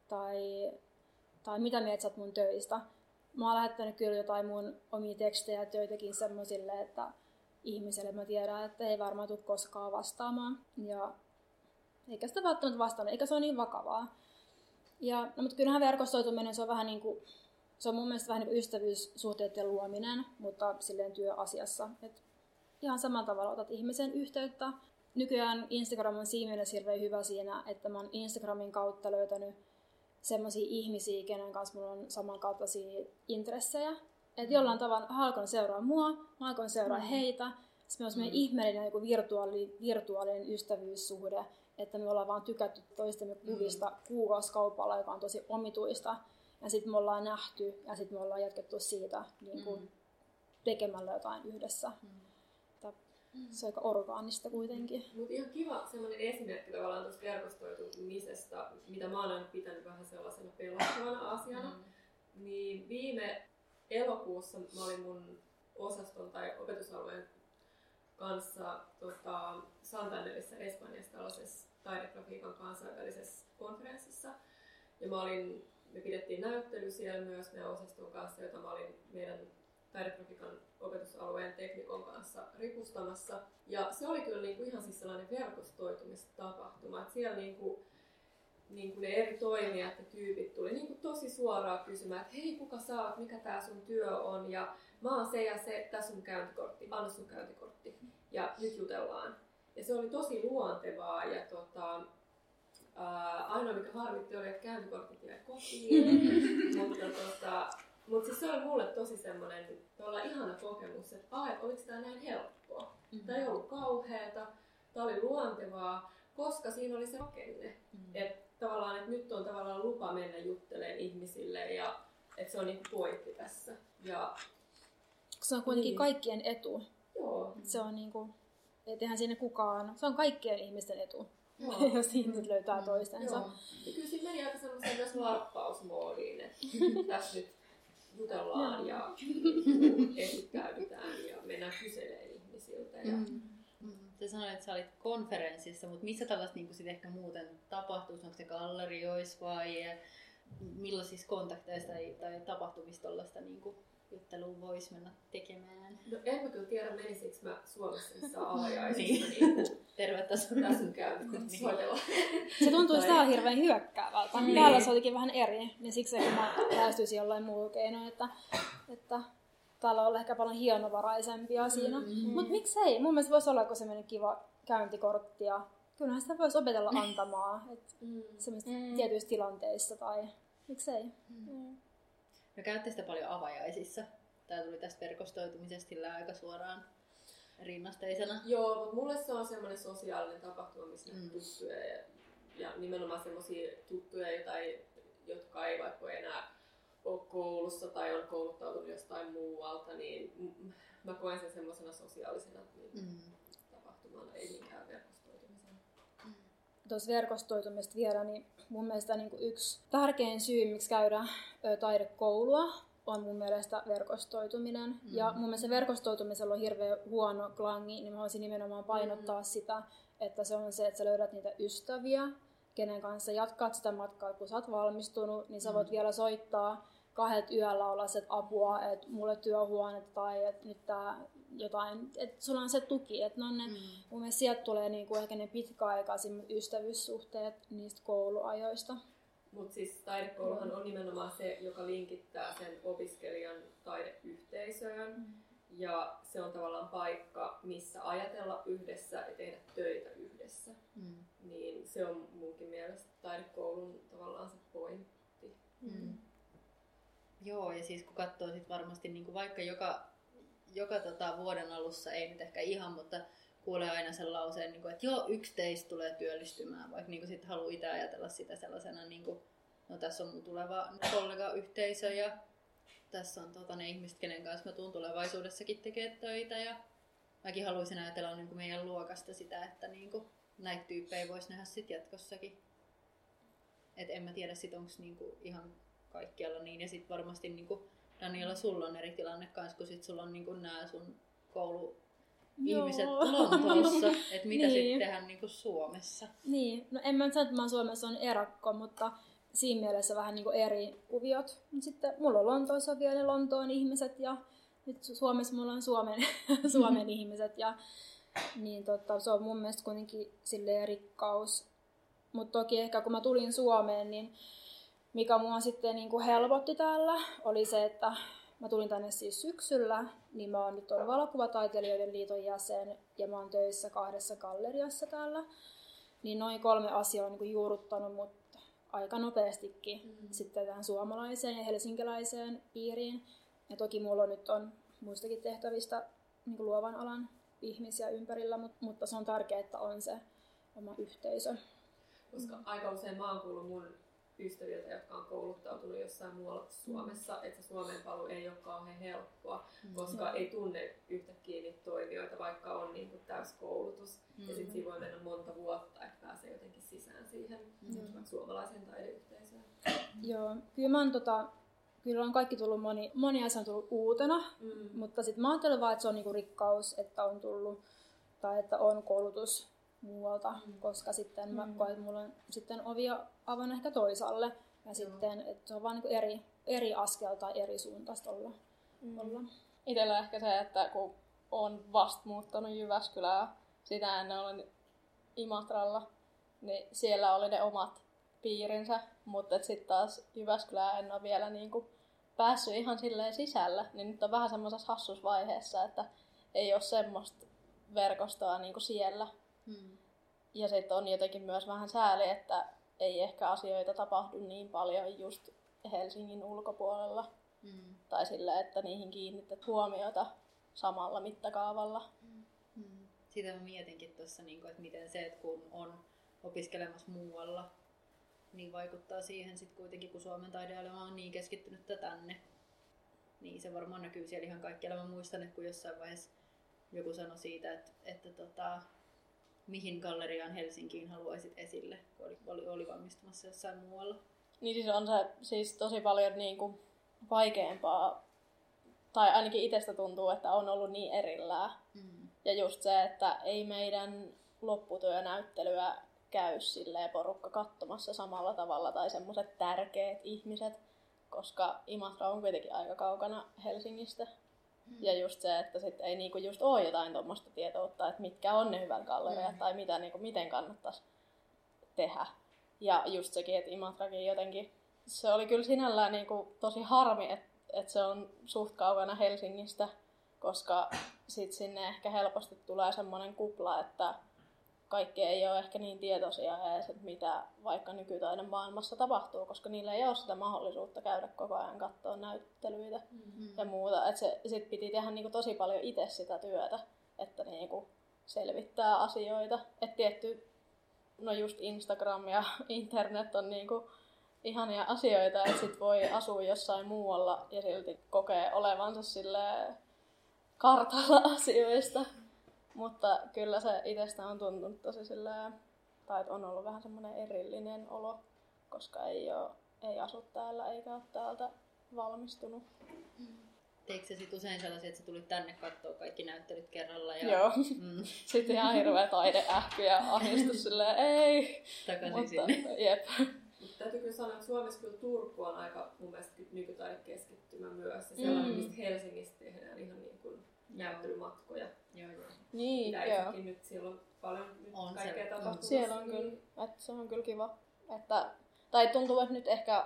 [SPEAKER 2] tai mitä mieltä sä oot mun töistä. Mä oon lähettänyt kyllä jotain mun omia tekstejä ja töitäkin semmoisille, että ihmiselle mä tiedän, että ei varmaan tule koskaan vastaamaan. Ja eikä sitä välttämättä vastannut, eikä se ole niin vakavaa. Mutta kyllähän verkostoituminen, se on vähän niin kuin, se on mun mielestä vähän niin kuin ystävyyssuhteiden luominen, mutta silleen työasiassa. Et ihan samalla tavalla otat ihmisen yhteyttä. Nykyään Instagram on siinä mielessä hirveän hyvä siinä, että mä oon Instagramin kautta löytänyt semmoisia ihmisiä, kenen kanssa mulla on samankaltaisia intressejä. Että jollain tavalla alkoin seuraa mua, mä alkoin seuraa heitä. Sitten meillä on semmoinen ihmeellinen joku virtuaalinen ystävyyssuhde, että me ollaan vaan tykätty toistemme kuvista kuukausikaupalla, joka on tosi omituista. Ja sitten me ollaan nähty ja sitten me ollaan jatkettu siitä niin kuin tekemällä jotain yhdessä. Se on aika orgaanista kuitenkin.
[SPEAKER 4] Mutta ihan kiva semmoinen esimerkki tavallaan tuosta verkostoitumisesta, mitä mä oon aina pitänyt vähän sellaisena pelottavana asiana. Niin viime elokuussa mä olin mun osaston tai opetusalueen kanssa Santanderissa Espanjassa tällaisessa taidegrafiikan kansainvälisessä konferenssissa. Ja me pidettiin näyttely siellä myös meidän osaston kanssa, jota mä olin meidän taidegrafiikan opetusalueen teknikon kanssa ripustamassa. Ja se oli kyllä niinku ihan siis sellainen verkostoitumistapahtuma, että siellä niinku ne eri toimijat ja tyypit tuli niinku tosi suoraan kysymään, että hei, kuka sä oot, mikä tää sun työ on, ja mä oon se ja se, tässä sun käyntikortti, anna sun käyntikortti, ja nyt jutellaan. Ja se oli tosi luontevaa, ja ainoa mikä harmitti oli, että käyntikortit jäi kotiin, mutta siis se oli mulle tosi semmoinen ihana kokemus, että oliko tää näin helppoa. Tää ei ollut kauheata, tää oli luontevaa, koska siinä oli se rakenne. Että tavallaan, että nyt on tavallaan lupa mennä juttelemaan ihmisille ja että se on niinku pointti tässä. Ja
[SPEAKER 2] se on kuitenkin kaikkien etu.
[SPEAKER 4] Joo.
[SPEAKER 2] Se on niinku, et eihän siinä kukaan, se on kaikkien ihmisten etu. jos ihmiset löytää toistensa.
[SPEAKER 4] Joo. Ja kyllä siinä meni aika semmoiseen myös larppausmoodiin, että tässä nyt jutellaan ja esittäydytään ja mennään kyselemään ihmisiltä. Ja...
[SPEAKER 1] Sä sanoit, että sä olit konferenssissa, mutta missä tällaista niin sit ehkä muuten tapahtuisi? Onko se gallerioissa vai millaisissa kontakteissa tai tapahtumista tuollaista niin juttelua voisi mennä tekemään?
[SPEAKER 4] No en mä kyllä tiedä, menisikö mä Suomessa missä avajaisissa. niin.
[SPEAKER 1] Terve tässä.
[SPEAKER 4] Tässä on käynyt soitella.
[SPEAKER 2] Se tuntuisi täällä hirveän hyökkäävältä. Täällä se olikin vähän eri, niin siksi että mä lähestyisin jollain muulla keinoin, että täällä on ehkä paljon hienovaraisempia siinä. Mutta miksei? Mun mielestä voisi olla joku sellainen kiva käyntikortti ja kyllähän sitä voisi opetella antamaan tietyissä tilanteissa tai miksei.
[SPEAKER 1] No käytte sitä paljon avajaisissa. Tää tuli tästä verkostoitumisesta sillä aika suoraan rinnasteisena.
[SPEAKER 4] Joo, mutta mulle se on semmoinen sosiaalinen tapahtuma, missä näkyy tuttuja ja nimenomaan semmoisia tuttuja, jotka ei vaikka enää ole koulussa tai on kouluttautunut jostain muualta, niin mä koen sen semmoisena sosiaalisena tapahtumana, ei niinkään verkostoitumisena.
[SPEAKER 2] Tuossa verkostoitumista vielä, niin mun mielestä niin yksi tärkein syy, miksi käydään taidekoulua, on mun mielestä verkostoituminen. Ja mun mielestä verkostoitumisella on hirveän huono klangi, niin mä haluaisin nimenomaan painottaa sitä, että se on se, että sä löydät niitä ystäviä, kenen kanssa jatkaat sitä matkaa, kun sä oot valmistunut, niin sä voit vielä soittaa 2 yöllä olla se apua, että mulle työhuone tai että nyt tää jotain, että sulla on se tuki, että mun mielestä sieltä tulee niinku ehkä ne pitkäaikaisimmat ystävyyssuhteet niistä kouluajoista.
[SPEAKER 4] Mutta siis taidekouluhan on nimenomaan se, joka linkittää sen opiskelijan taideyhteisöön. Ja se on tavallaan paikka, missä ajatella yhdessä ja tehdä töitä yhdessä. Niin se on munkin mielestä taidekoulun tavallaan se pointti.
[SPEAKER 1] Joo, ja siis kun katsoo sit varmasti niin vaikka joka vuoden alussa, ei nyt ehkä ihan, mutta kuulee aina sen lauseen, niin kuin, että joo, yksi teistä tulee työllistymään, vaikka niin sitten haluaa itse ajatella sitä sellaisena, niin kuin, no tässä on mun tuleva kollegayhteisö ja tässä on ne ihmiset, kenen kanssa mä tuun tulevaisuudessakin tekemään töitä ja mäkin haluaisin ajatella niin kuin meidän luokasta sitä, että niin kuin, näitä tyyppejä voisi nähdä sitten jatkossakin. Et en mä tiedä sit onko niin kuin ihan kaikkialla niin ja sitten varmasti niin kuin Daniela, sulla on eri tilanne kanssa, kun sit sulla on niin kuin nämä sun koulu-ihmiset Lontoossa, että mitä sitten tehdään niin kuin Suomessa?
[SPEAKER 2] Niin, no en mä sano, että mä Suomessa on erakko, mutta siinä mielessä vähän niin kuin eri kuviot. Sitten mulla on Lontoossa vielä ne Lontoon ihmiset ja nyt Suomessa mulla on Suomen ihmiset. Ja, niin se on mun mielestä kuitenkin silleen rikkaus. Mutta toki ehkä kun mä tulin Suomeen, niin mikä mua sitten niin kuin helpotti täällä oli se, että mä tulin tänne siis syksyllä, niin mä oon nyt Valokuvataiteilijoiden liiton jäsen ja mä oon töissä 2 galleriassa täällä. Niin noin 3 asiaa on niin kuin juurruttanut mut aika nopeastikin sitten tähän suomalaiseen ja helsinkiläiseen piiriin. Ja toki mulla nyt on muistakin tehtävistä niin kuin luovan alan ihmisiä ympärillä, mutta se on tärkeää, että on se oma yhteisö.
[SPEAKER 4] Koska aika usein mä oon kuullut mun ystäviltä, jotka on kouluttautunut jossain muualla Suomessa, että se Suomen paluu ei ole kauhean helppoa, koska ei tunne yhtäkkiä niitä toimijoita, vaikka on niin kuin täyskoulutus. Ja sitten siinä voi mennä monta vuotta, että pääsee jotenkin sisään siihen suomalaiseen taideyhteisöön.
[SPEAKER 2] Joo, kyllä mä oon kyllä on kaikki tullut, moni asia on tullut uutena, mutta sitten mä ajattelen vaan, että se on niinku rikkaus, että on tullut tai että on koulutus muualta, koska sitten mä koen, että mulla on sitten ovia avoinna ehkä toisaalle ja sitten, että se on vaan niinku eri askel tai eri suuntaista olla.
[SPEAKER 3] Itsellä ehkä se, että kun on vasta muuttanut Jyväskylään, sitä ennen olin Imatralla, niin siellä oli ne omat piirinsä, mutta sitten taas Jyväskylään en ole vielä niinku päässyt ihan silleen sisällä, niin nyt on vähän semmoisessa hassussa vaiheessa, että ei ole semmoista verkostoa niinku siellä. Ja sitten on jotenkin myös vähän sääli, että ei ehkä asioita tapahdu niin paljon just Helsingin ulkopuolella. Tai sillä, että niihin kiinnittät huomiota samalla mittakaavalla.
[SPEAKER 1] Sitä mä mietinkin tuossa, että miten se, että kun on opiskelemassa muualla, niin vaikuttaa siihen sitten kuitenkin, kun Suomen taideelämä on niin keskittynyt tänne. Niin se varmaan näkyy siellä ihan kaikkialla. Mä muistan, että kun jossain vaiheessa joku sanoi siitä, että mihin galleriaan Helsinkiin haluaisit esille, kun oli valmistumassa jossain muualla?
[SPEAKER 3] Niin siis on se siis tosi paljon niinku vaikeampaa, tai ainakin itsestä tuntuu, että on ollut niin erillään. Ja just se, että ei meidän lopputyönäyttelyä käy silleen porukka katsomassa samalla tavalla tai semmoiset tärkeät ihmiset, koska Imatra on kuitenkin aika kaukana Helsingistä. Ja just se, että sit ei niinku just ole jotain tuommoista tietoutta, että mitkä on ne hyvät galleriat tai mitä, niinku, miten kannattaisi tehdä. Ja just sekin, että Imatrakin jotenkin, se oli kyllä sinällään niinku tosi harmi, että se on suht kaukana Helsingistä, koska sit sinne ehkä helposti tulee semmoinen kupla, että kaikki ei ole ehkä niin tietoisia edes, että mitä vaikka nykytaiden maailmassa tapahtuu, koska niillä ei ole sitä mahdollisuutta käydä koko ajan katsoa näyttelyitä ja muuta. Että se sit piti tehdä niinku tosi paljon itse sitä työtä, että niinku selvittää asioita. Että tietty, no just Instagram ja internet on niinku ihania asioita, että sit voi asua jossain muualla ja silti kokee olevansa silleen kartalla asioista. Mutta kyllä se itsestä on tuntunut tosi silleen, tai että on ollut vähän semmoinen erillinen olo, koska ei asu täällä eikä ole täältä valmistunut.
[SPEAKER 1] Teikö se sit usein sellaisia, että sä tulit tänne katsoa kaikki näyttelyt kerralla?
[SPEAKER 3] Joo. Sitten ihan hirveä taideähky ja ahdistus silleen, ei.
[SPEAKER 1] Takaisin sinne.
[SPEAKER 3] Jep.
[SPEAKER 4] Mutta täytyy kyllä sanoa, että Suomessa kyllä Turku on aika mun mielestä nykytaidekeskittymä myös. Ja sellainen, mistä Helsingistä tehdään ihan niin kuin näyttelymatkoja.
[SPEAKER 1] Joo.
[SPEAKER 3] Niin, joo.
[SPEAKER 4] Nyt siellä on paljon
[SPEAKER 1] On
[SPEAKER 4] kaikkea
[SPEAKER 1] se,
[SPEAKER 4] tapahtumassa.
[SPEAKER 3] Siellä on kyllä, että se on kyllä kiva. Tai tuntuu, että nyt ehkä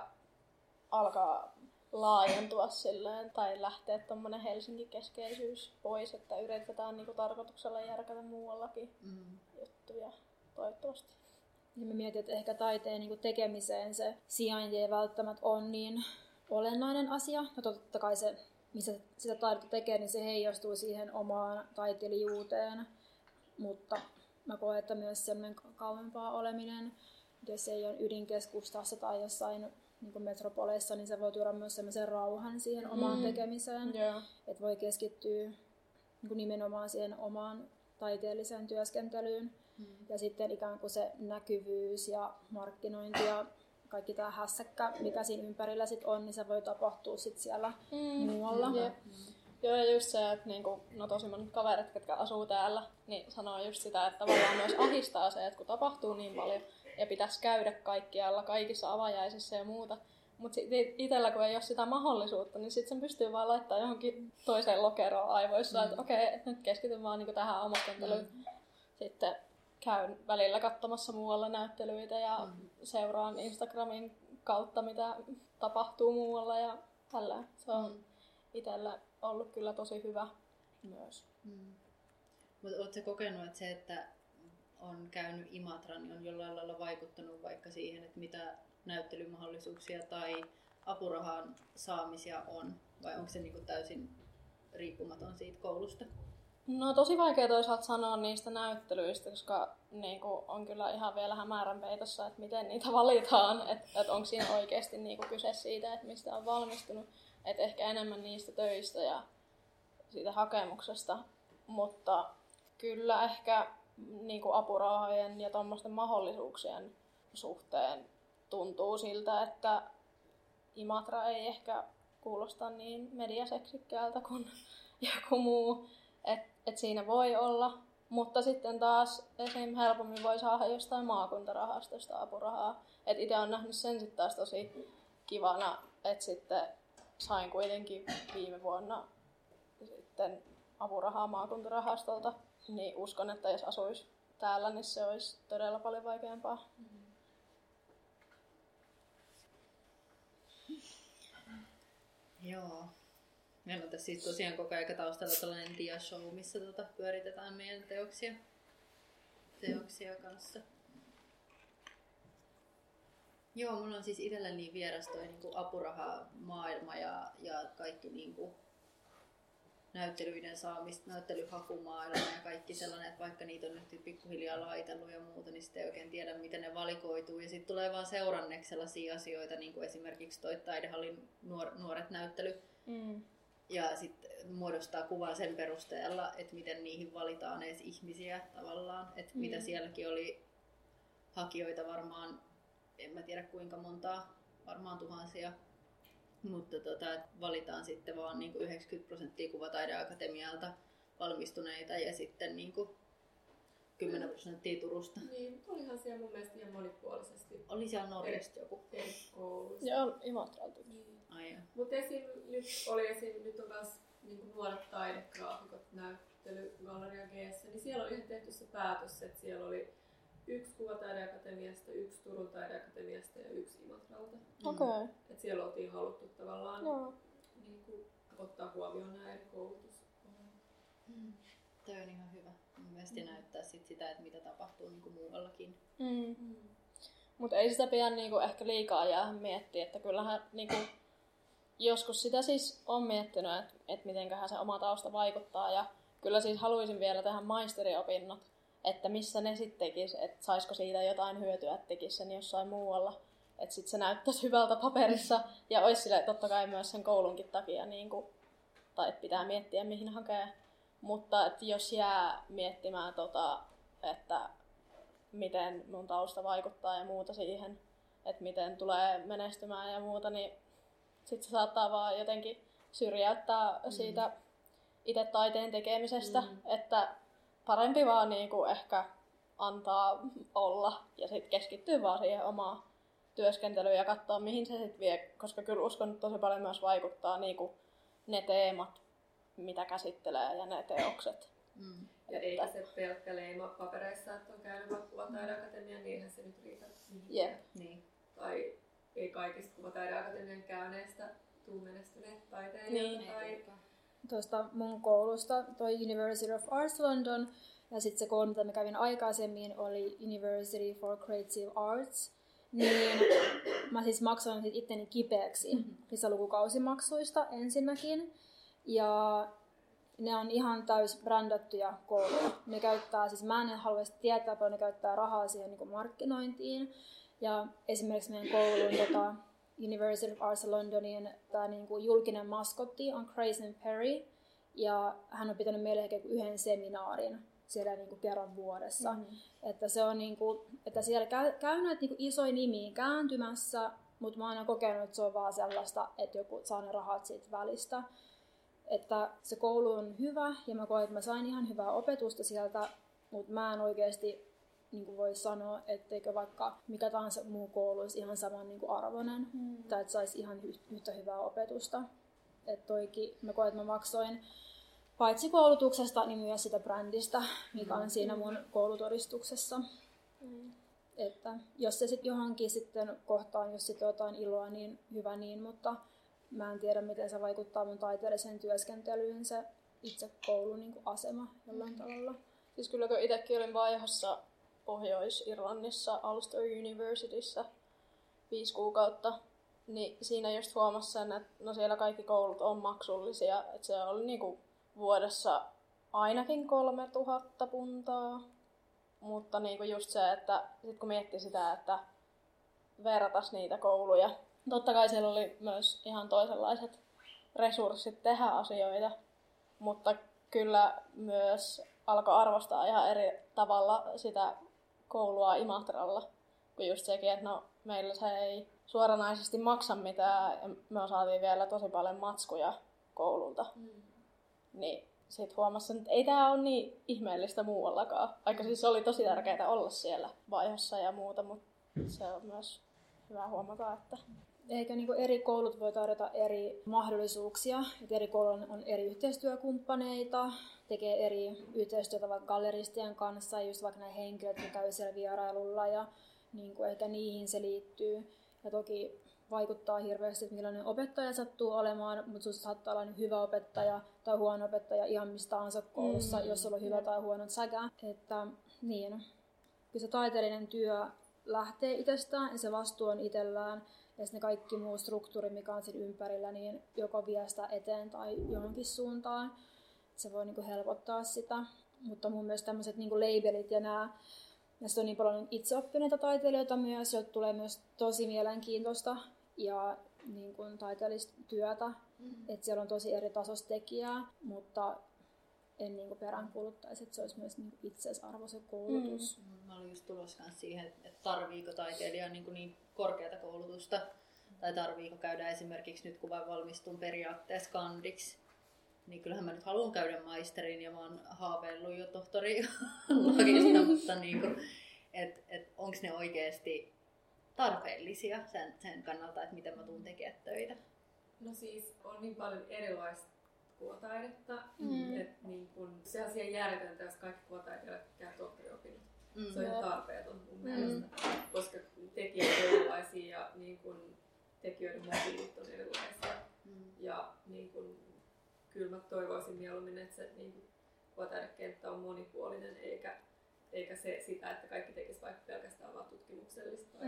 [SPEAKER 3] alkaa laajentua silleen, tai lähteä tommonen Helsinki-keskeisyys pois, että yritetään niinku tarkoituksella järkätä muuallakin juttuja, toivottavasti.
[SPEAKER 2] Ja mä mietin, että ehkä taiteen niinku tekemiseen se sijainti ei välttämättä ole niin olennainen asia. No totta kai se, missä sitä taidetta tekee, niin se heijastuu siihen omaan taiteilijuuteen. Mutta mä koen, että myös semmoinen kauempaa oleminen, jos ei ole ydinkeskustassa tai jossain niin metropoleissa, niin se voi tuoda myös semmoisen rauhan siihen omaan tekemiseen. Että voi keskittyä niin nimenomaan siihen omaan taiteelliseen työskentelyyn. Ja sitten ikään kuin se näkyvyys ja markkinointi ja kaikki tämä hässäkkä, mikä siinä ympärillä sit on, niin se voi tapahtua sit siellä muualla.
[SPEAKER 3] Joo, ja just se, että niinku, no tosi monet kaverit, jotka asuu täällä, niin sanoo just sitä, että tavallaan myös ahdistaa se, että kun tapahtuu niin paljon ja pitäisi käydä kaikkialla, kaikissa avajaisissa ja muuta. Mutta itsellä kun ei ole sitä mahdollisuutta, niin sitten sen pystyy vaan laittamaan johonkin toiseen lokeroon aivoissa, että okei, nyt keskityn vaan niinku tähän omaskentelyyn. Sitten käyn välillä katsomassa muualla näyttelyitä ja seuraan Instagramin kautta, mitä tapahtuu muualla ja tällä. Se on itsellä ollut kyllä tosi hyvä myös.
[SPEAKER 1] Mutta ootko kokenut, että se, että on käynyt Imatran, niin on jollain lailla vaikuttanut vaikka siihen, että mitä näyttelymahdollisuuksia tai apurahan saamisia on? Vai onko se niinku täysin riippumaton siitä koulusta?
[SPEAKER 3] No tosi vaikea toisaalta sanoa niistä näyttelyistä, koska niinku on kyllä ihan vielä hämärän peitossa, että miten niitä valitaan. Että onko siinä oikeasti niinku kyse siitä, että mistä on valmistunut. Että ehkä enemmän niistä töistä ja siitä hakemuksesta. Mutta kyllä ehkä niinku apurahojen ja tuommoisten mahdollisuuksien suhteen tuntuu siltä, että Imatra ei ehkä kuulosta niin mediaseksikkäältä kuin joku muu. Et siinä voi olla, mutta sitten taas esim. Helpommin voi saada jostain maakuntarahastosta apurahaa. Et itse olen nähnyt sen sitten taas tosi kivana, että sitten sain kuitenkin viime vuonna sitten apurahaa maakuntarahastolta. Niin uskon, että jos asuisi täällä, niin se olisi todella paljon vaikeampaa.
[SPEAKER 1] Joo. Meillä on tässä siis tosiaan koko ajan taustalla tällainen dia-show, missä pyöritetään meidän teoksia kanssa. Joo, mulla on siis itsellä niin vieras toi niinku apurahamaailma ja kaikki niinku näyttelyiden saamista, näyttelyhakumaailma ja kaikki sellainen, että vaikka niitä on nyt pikkuhiljaa laitellut ja muuta, niin sitten ei oikein tiedä, miten ne valikoituu. Ja sitten tulee vaan seuranneeksi sellaisia asioita, niin kuin esimerkiksi toi Taidehallin nuoret näyttely, Ja sitten muodostaa kuvan sen perusteella, että miten niihin valitaan edes ihmisiä tavallaan. Että mitä sielläkin oli hakijoita varmaan, en mä tiedä kuinka montaa, varmaan tuhansia. Mutta valitaan sitten vaan niin kuin 90% Kuvataideakatemialta valmistuneita ja sitten niin kuin 10% Turusta.
[SPEAKER 4] Niin, olihan siellä mun mielestä ihan monipuolisesti.
[SPEAKER 1] Oli siellä Norjasta joku.
[SPEAKER 4] Eri kouluissa.
[SPEAKER 3] Joo, Imatralta.
[SPEAKER 4] Niin.
[SPEAKER 1] Mutta
[SPEAKER 4] nyt on myös niin nuoret taidegraafikot näyttelygalleria G:ssä, niin siellä oli ihan tehty se päätös, että siellä oli 1 Kuvataideakatemiasta, 1 Turun taideakatemiasta ja 1 Imatralta.
[SPEAKER 3] Okei.
[SPEAKER 4] Että siellä oltiin haluttu tavallaan niin kuin, ottaa huomioon nämä eri koulutusohjelmat.
[SPEAKER 1] Toi on ihan hyvä. Mun mielestä näyttää sitä, että mitä tapahtuu niin kuin muuallakin.
[SPEAKER 3] Mutta ei sitä pidä niinku ehkä liikaa jäädä miettiä, että kyllähän niinku, joskus sitä siis on miettinyt, että mitenköhän se oma tausta vaikuttaa. Ja kyllä siis haluaisin vielä tehdä maisteriopinnot, että missä ne sitten tekisi, että saisiko siitä jotain hyötyä, että tekisi sen jossain muualla. Että sitten se näyttäisi hyvältä paperissa ja olisi sille totta kai myös sen koulunkin takia, niinku, tai että pitää miettiä mihin hakee. Mutta että jos jää miettimään, että miten mun tausta vaikuttaa ja muuta siihen, että miten tulee menestymään ja muuta, niin sitten se saattaa vaan jotenkin syrjäyttää siitä itse taiteen tekemisestä, että parempi vaan niinku ehkä antaa olla ja sitten keskittyy vaan siihen omaan työskentelyyn ja katsoa mihin se sitten vie, koska kyllä uskon, että tosi paljon myös vaikuttaa niinku ne teemat, mitä käsittelee ja ne teokset.
[SPEAKER 4] Ja eikä se pelkkä leima papereissa, että on käynyt vaikka Kuvataideakatemian, niin eihän se nyt riitä mihinkään.
[SPEAKER 3] Jep.
[SPEAKER 1] Niin.
[SPEAKER 4] Tai ei kaikista Kuvataideakatemian käyneistä tuu menestyneet taiteilijoita.
[SPEAKER 3] Niin.
[SPEAKER 4] Tai...
[SPEAKER 2] Tuosta mun koulusta, toi University of Arts London, ja sitten se koulu, mitä mä kävin aikaisemmin, oli University for Creative Arts. Niin mä siis maksoin sit itteni kipeäksi lisälukukausimaksuista ensinnäkin. Ja ne on ihan täys brändättyjä kouluja. Ne käyttää, siis mä en haluaisi tietää, paljon ne käyttää rahaa siihen niin kuin markkinointiin. Ja esimerkiksi meidän koulun University of Arts Londonin tämä niin kuin julkinen maskotti on Grayson Perry. Ja hän on pitänyt meille ehkä yhden seminaarin siellä niin kuin kerran vuodessa. Että se on niin kuin, että siellä käy näitä niin kuin isoja nimiä kääntymässä, mutta mä oon aina kokenut, että se on vaan sellaista, että joku saa ne rahat siitä välistä. Että se koulu on hyvä ja mä koen, että mä sain ihan hyvää opetusta sieltä, mutta mä en oikeasti niin voi sanoa, etteikö vaikka mikä tahansa muu koulu olisi ihan saman niin arvoinen tai että saisi ihan yhtä hyvää opetusta. Että toikin mä koen, että mä maksoin paitsi koulutuksesta, niin myös sitä brändistä, mikä on siinä mun koulutodistuksessa. Että jos se sitten johonkin sitten kohtaan, jos sitten jotain iloa, niin hyvä niin, mutta mä en tiedä, miten se vaikuttaa mun taiteelliseen työskentelyyn, se itse koulun niin kuin asema jollain tavalla.
[SPEAKER 3] Siis kyllä kun itsekin olin vaiheessa Pohjois-Irlannissa Ulster Universityssä 5 kuukautta, niin siinä just huomasi sen, että no siellä kaikki koulut on maksullisia. Että se oli niinku vuodessa ainakin 3000 puntaa. Mutta niinku just se, että sit kun mietti sitä, että verratas niitä kouluja. Totta kai siellä oli myös ihan toisenlaiset resurssit tehdä asioita, mutta kyllä myös alkoi arvostaa ihan eri tavalla sitä koulua Imatralla. Kun just sekin, että no, meillä se ei suoranaisesti maksa mitään ja me saatiin vielä tosi paljon matskuja koululta. Niin sit huomasin, että ei tää ole niin ihmeellistä muuallakaan. Vaikka siis oli tosi tärkeää olla siellä vaiheessa ja muuta, mutta se on myös hyvä huomata, että
[SPEAKER 2] eikä niin kuin eri koulut voi tarjota eri mahdollisuuksia. Että eri kouluilla on eri yhteistyökumppaneita, tekee eri yhteistyötä vaikka galleristien kanssa, just vaikka nämä henkilöt, jotka käy siellä vierailulla ja niin kuin ehkä niihin se liittyy. Ja toki vaikuttaa hirveästi, että millainen opettaja sattuu olemaan, mutta sinusta saattaa olla hyvä opettaja tai huono opettaja ihan mistä tahansa koulussa, jos on hyvä tai huono säkä. Että niin, kyllä se taiteellinen työ lähtee itsestään ja se vastuu on itsellään. Ja sitten kaikki muu struktuuri, mikä on siinä ympärillä, niin joko vie sitä eteen tai johonkin suuntaan. Se voi niinku helpottaa sitä. Mutta mun mielestä tämmöiset niinku labelit ja nämä, näistä on niin paljon itseoppineita taiteilijoita myös, joita tulee myös tosi mielenkiintoista. Ja niin kuin taiteellista työtä. Että siellä on tosi eri tasoista tekijää, mutta en niin kuin peräänkuuluttaisi, että se olisi myös niin itseisarvo se koulutus.
[SPEAKER 1] Mä olin just tulossa siihen, että tarviiko taiteilija niin korkeata koulutusta, tai tarviiko käydä esimerkiksi nyt, kun vain valmistun periaatteessa kandiksi, niin kyllähän mä nyt haluan käydä maisterin ja mä oon haaveillut jo tohtorilogista, mutta niin onko ne oikeasti tarpeellisia sen kannalta, että miten mä tuun tekemään töitä?
[SPEAKER 4] No siis on niin paljon erilaista kuvataidetta, että niin kun, se asia järjetöntä, jos kaikki kuvataiteilijat käy tohtoriopinnot. Se on ihan tarpeeton mun mielestä, koska tekijät on erilaisia ja niin kun, tekijöiden motiivit on erilaisia. Ja niin kun, kyllä mä toivoisin mieluummin, että se niin kun, kuvataidekenttä on monipuolinen eikä sitä, että kaikki tekisi vaikka pelkästään vaan tutkimuksellista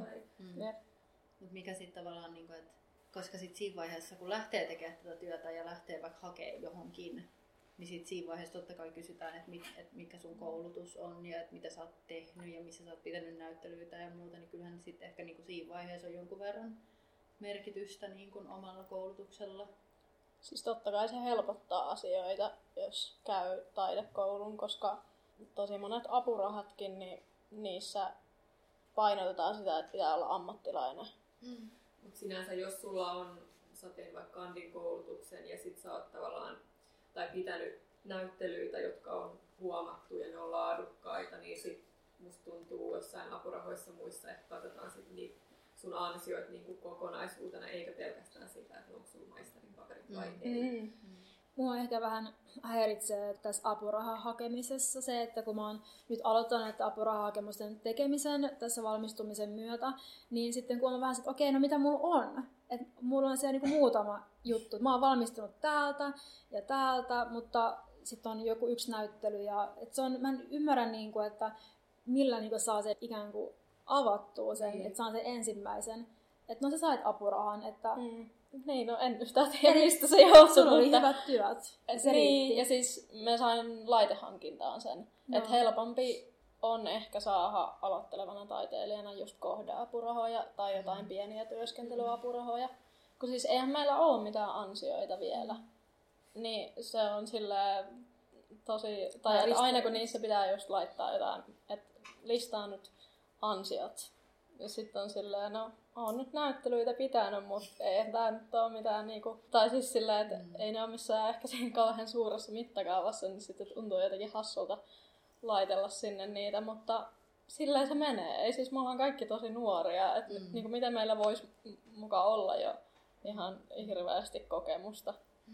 [SPEAKER 1] Mut mikä sitten tavallaan, niin kun, että koska sit siinä vaiheessa, kun lähtee tekemään tätä työtä ja lähtee vaikka hakemaan johonkin, niin sit siinä vaiheessa totta kai kysytään, että mikä sun koulutus on ja että mitä sä oot tehnyt ja missä sä oot pitänyt näyttelyitä ja muuta, niin kyllähän sitten ehkä niin siinä vaiheessa on jonkun verran merkitystä niin kuin omalla koulutuksella.
[SPEAKER 3] Siis totta kai se helpottaa asioita, jos käy taidekoulun, koska tosi monet apurahatkin, niin niissä painotetaan sitä, että pitää olla ammattilainen.
[SPEAKER 4] Mutta sinänsä jos sulla on, sä oot tehnyt vaikka kandin koulutuksen ja sit sä oot tavallaan, tai pitänyt näyttelyitä, jotka on huomattu ja ne on laadukkaita, niin sit musta tuntuu jossain apurahoissa muissa, että katsotaan sit niitä sun ansioita niin kuin kokonaisuutena, eikä pelkästään sitä, että onko sulla maisterin paperit vai ei.
[SPEAKER 2] Mua ehkä vähän häiritsee tässä apurahan hakemisessa se, että kun mä oon nyt aloittanut apurahahakemusten tekemisen tässä valmistumisen myötä, niin sitten kun on vähän että okei, no mitä mulla on? Et mulla on se niinku muutama juttu. Mä oon valmistunut täältä ja täältä, mutta sitten on joku yksi näyttely. Ja, mä en ymmärrä, niinku, että millä niinku saa se ikään kuin avattua sen, että saa sen ensimmäisen. Että no sä sait apurahan, että...
[SPEAKER 3] Niin, no en yhtään tiedä, mistä se johtui.
[SPEAKER 2] Sulla oli hyvät työt.
[SPEAKER 3] Se niin, ja siis mä sain laitehankintaan sen. No. Että helpompi on ehkä saada aloittelevana taiteilijana just kohde-apurahoja tai jotain pieniä työskentelyapurahoja. Kun siis eihän meillä ole mitään ansioita vielä. Niin se on silleen tosi... Tai aina kun niissä pitää just laittaa jotain, että listaa nyt ansiot. Ja sitten on silleen, no... Oon nyt näyttelyitä pitänyt, mutta ei tämä nyt ole mitään niinku... Tai siis silleen, että ei ne ole missään ehkä siinä kauhean suuressa mittakaavassa, niin sitten tuntuu jotenkin hassulta laitella sinne niitä, mutta silleen se menee. Ei siis me ollaan kaikki tosi nuoria, että niinku miten meillä voisi mukaan olla jo ihan hirveästi kokemusta.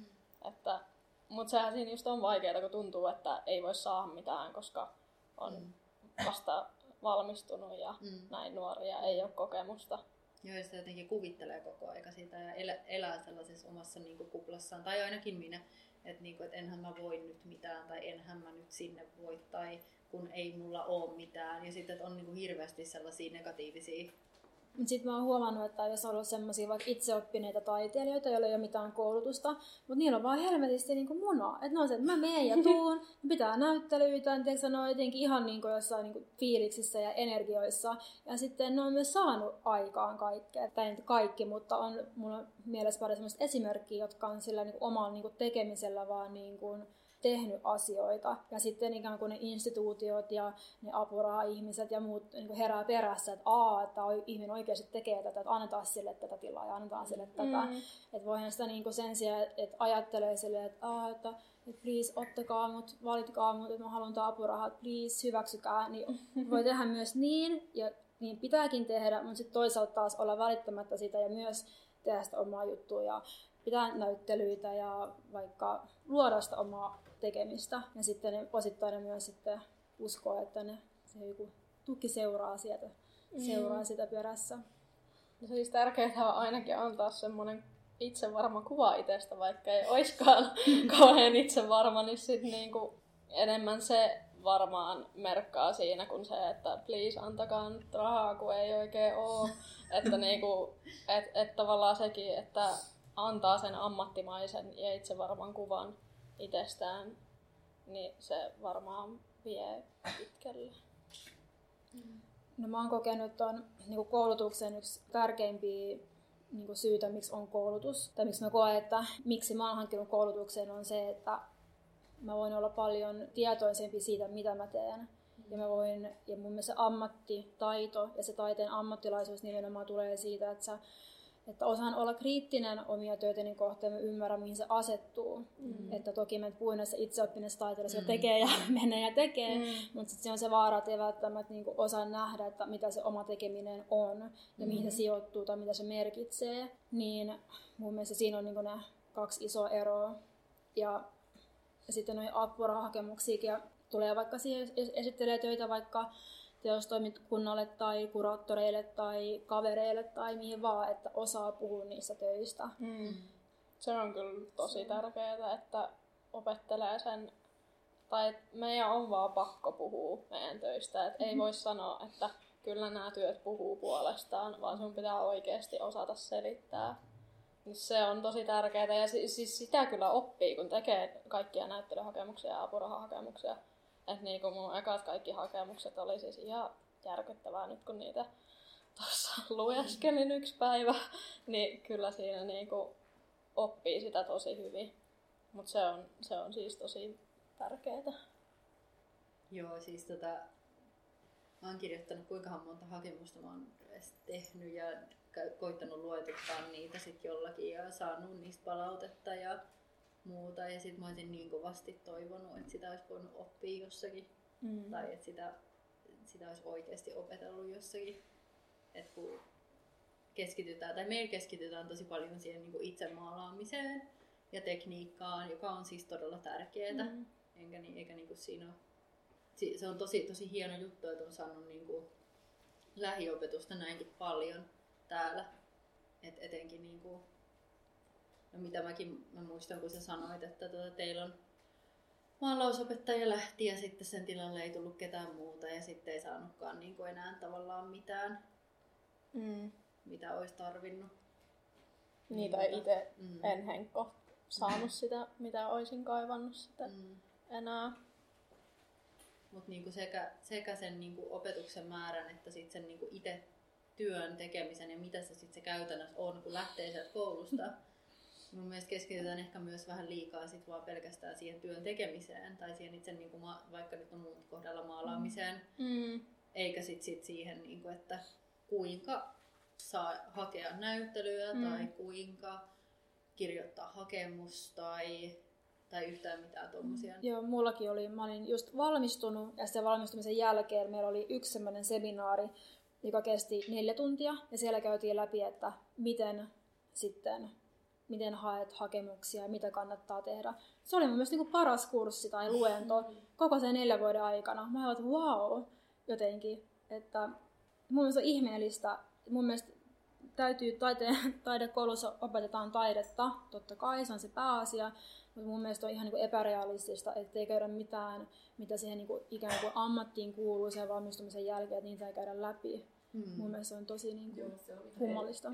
[SPEAKER 3] Mutta sehän siinä just on vaikeaa, kun tuntuu, että ei voi saada mitään, koska on vasta valmistunut ja näin nuoria, ei ole kokemusta.
[SPEAKER 1] Joo, ja sitä jotenkin kuvittelee koko aika siitä ja elää sellaisessa omassa niin kuin kuplassaan, tai ainakin minä, että niin kuin, et enhän mä voi nyt mitään, tai enhän mä nyt sinne voi, tai kun ei mulla ole mitään, ja sitten on niin kuin hirveästi sellaisia negatiivisia.
[SPEAKER 2] Sitten mä oon huomannut, että jos on ollut semmosia vaikka itseoppineita taiteilijoita, joilla ei ole mitään koulutusta, mutta niillä on vaan helvetisti niinku munaa. Että ne on se, että mä menen ja tuun, pitää näyttelyitä, niin ne on jotenkin ihan niinku jossain niinku fiiliksissä ja energioissa. Ja sitten ne on myös saanut aikaan kaikkea. Tai ei kaikki, mutta on mulla on mielessä pari semmoista esimerkkiä, jotka on sillä niinku omalla niinku tekemisellä vaan niinku tehnyt asioita. Ja sitten ikään kuin ne instituutiot ja ne apuraha-ihmiset ja muut niin herää perässä, että että ihminen oikeasti tekee tätä, että annetaan sille tätä tilaa ja annetaan sille tätä. Että voihan sitä niin kuin sen sijaan, että ajattelee silleen, että please ottakaa mut, valitkaa mut, että mä haluan tää apurahaa, please hyväksykää. Niin voi tehdä myös niin, ja niin pitääkin tehdä, mutta sitten toisaalta taas olla välittämättä sitä ja myös tehdä sitä omaa juttua ja pitää näyttelyitä ja vaikka luoda sitä omaa tekemistä. Ja sitten ne osittain myös sitten uskoo, että se joku tuki seuraa sitä perässä.
[SPEAKER 3] No siis tärkeää on ainakin antaa semmoinen itsevarma kuva itsestä, vaikka ei oiskaan kauhean itsevarma, niin sitten niinku enemmän se varmaan merkkaa siinä kuin se, että please antakaa nyt rahaa, kun ei oikein ole. Että niinku, et tavallaan sekin, että antaa sen ammattimaisen ja itsevarman kuvan itsestään, niin se varmaan vie pitkälle.
[SPEAKER 2] No mä oon kokenut tuon niin koulutuksen yksi tärkeimpiä niin kuin syytä, miksi on koulutus. Tai miksi mä koen, että miksi mä oon hankkinut koulutuksen, on se, että mä voin olla paljon tietoisempi siitä, mitä mä teen. Ja mun mielestä ammattitaito ja se taiteen ammattilaisuus nimenomaan tulee siitä, että osaan olla kriittinen omia töitäni kohtaan ja ymmärrän, mihin se asettuu. Että toki mä puhuin näissä itseoppinessa taiteilijoissa tekee ja menee ja tekee, mutta sitten se on se vaara, että ei välttämättä niinku osaa nähdä, että mitä se oma tekeminen on ja mihin se sijoittuu tai mitä se merkitsee. Niin mun mielestä siinä on niinku ne 2 isoa eroa. Ja sitten noin apurahahakemuksiakin tulee vaikka siihen, jos esittelee töitä vaikka teostoimikunnalle tai kuraattoreille tai kavereille tai mihin vaan, että osaa puhua niistä töistä.
[SPEAKER 3] Se on kyllä tosi tärkeää, että opettelee sen, tai että meidän on vaan pakko puhua meidän töistä. Et ei voi sanoa, että kyllä nämä työt puhuu puolestaan, vaan sun pitää oikeasti osata selittää. Se on tosi tärkeää ja siis sitä kyllä oppii, kun tekee kaikkia näyttelyhakemuksia ja apurahahakemuksia. Että niinku mun ekat kaikki hakemukset oli siis ihan järkyttävää nyt, kun niitä tuossa lueskelin yksi päivä, niin kyllä siinä niinku oppii sitä tosi hyvin. Mutta se on siis tosi tärkeää.
[SPEAKER 1] Joo, siis mä oon kirjoittanut kuinkahan monta hakemusta mä oon edes tehnyt ja koittanut luetuttaa niitä sit jollakin ja saanut niistä palautetta ja muuta. Ja sit mä olisin niin kovasti toivonut, että sitä olisi voinut oppia jossakin. Tai että sitä olisi oikeasti opetellut jossakin. Että kun keskitytään, tai meillä keskitytään tosi paljon siihen niin kuin itsemaalaamiseen ja tekniikkaan, joka on siis todella tärkeää. Eikä niin kuin siinä ole. Se on tosi hieno juttu, että on saanut niin kuin lähiopetusta näinkin paljon täällä. Et etenkin niin kuin, no mitä mä muistan, kun sä sanoit, että teillä on maalausopettaja lähti ja sitten sen tilalle ei tullut ketään muuta ja sitten ei saanutkaan niin kuin enää tavallaan mitään, mitä olisi tarvinnut.
[SPEAKER 3] Niin, tai itse en Henkko saanut sitä, mitä olisin kaivannut sitä enää.
[SPEAKER 1] Mutta niinku sekä sen niinku opetuksen määrän että sit sen niinku itse työn tekemisen ja mitä se sitten se käytännössä on, kun lähtee sieltä koulusta. Mun mielestä keskitytään ehkä myös vähän liikaa sit vaan pelkästään siihen työn tekemiseen tai siihen itse niinku vaikka nyt on mun kohdalla maalaamiseen, eikä sit siihen, niinku, että kuinka saa hakea näyttelyä tai kuinka kirjoittaa hakemus tai yhtään mitään tommosia.
[SPEAKER 2] Joo, mullakin oli. Mä olin just valmistunut ja sitten valmistumisen jälkeen meillä oli yksi semmoinen seminaari, joka kesti 4 tuntia ja siellä käytiin läpi, että miten haet hakemuksia ja mitä kannattaa tehdä. Se oli mun mielestä niin kuin paras kurssi tai luento koko sen 4 vuoden aikana. Mä ajattelin, että wow, jotenkin. Että mun mielestä on ihmeellistä. Mun mielestä täytyy taidekoulussa opetetaan taidetta, totta kai se on se pääasia, mutta mun mielestä on ihan niin kuin epärealistista, ettei käydä mitään, mitä siihen niin kuin ikään kuin ammattiin kuuluu sen valmistumisen jälkeen, että niitä ei käydä läpi. Mun mielestä se on tosi niin kuin kummallista.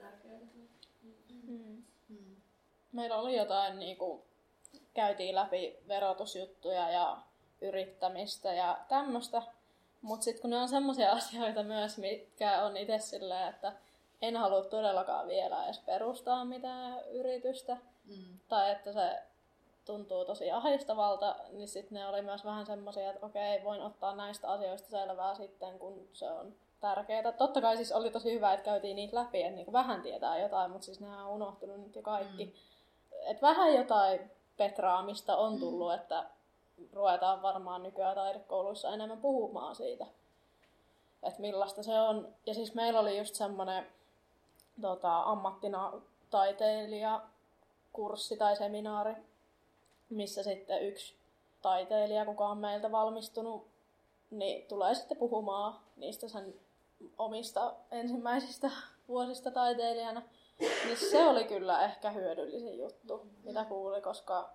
[SPEAKER 3] Meillä oli jotain, niin kuin, käytiin läpi verotusjuttuja ja yrittämistä ja tämmöistä, mutta sitten kun ne on semmoisia asioita myös, mitkä on itse silleen, että en halua todellakaan vielä edes perustaa mitään yritystä, tai että se tuntuu tosi ahdistavalta, niin sitten ne oli myös vähän semmoisia, että okei, voin ottaa näistä asioista selvää sitten, kun se on tärkeää. Totta kai siis oli tosi hyvä, että käytiin niitä läpi, että niinku vähän tietää jotain, mutta siis nehän on unohtunut nyt jo kaikki. Et vähän jotain petraamista on tullut, että ruvetaan varmaan nykyään taidekouluissa enemmän puhumaan siitä, että millaista se on. Ja siis meillä oli just semmoinen ammattina taiteilijakurssi tai seminaari, missä sitten yksi taiteilija, kuka on meiltä valmistunut, niin tulee sitten puhumaan niistä sen omista ensimmäisistä vuosista taiteilijana. Niin se oli kyllä ehkä hyödyllisin juttu, mitä kuuli, koska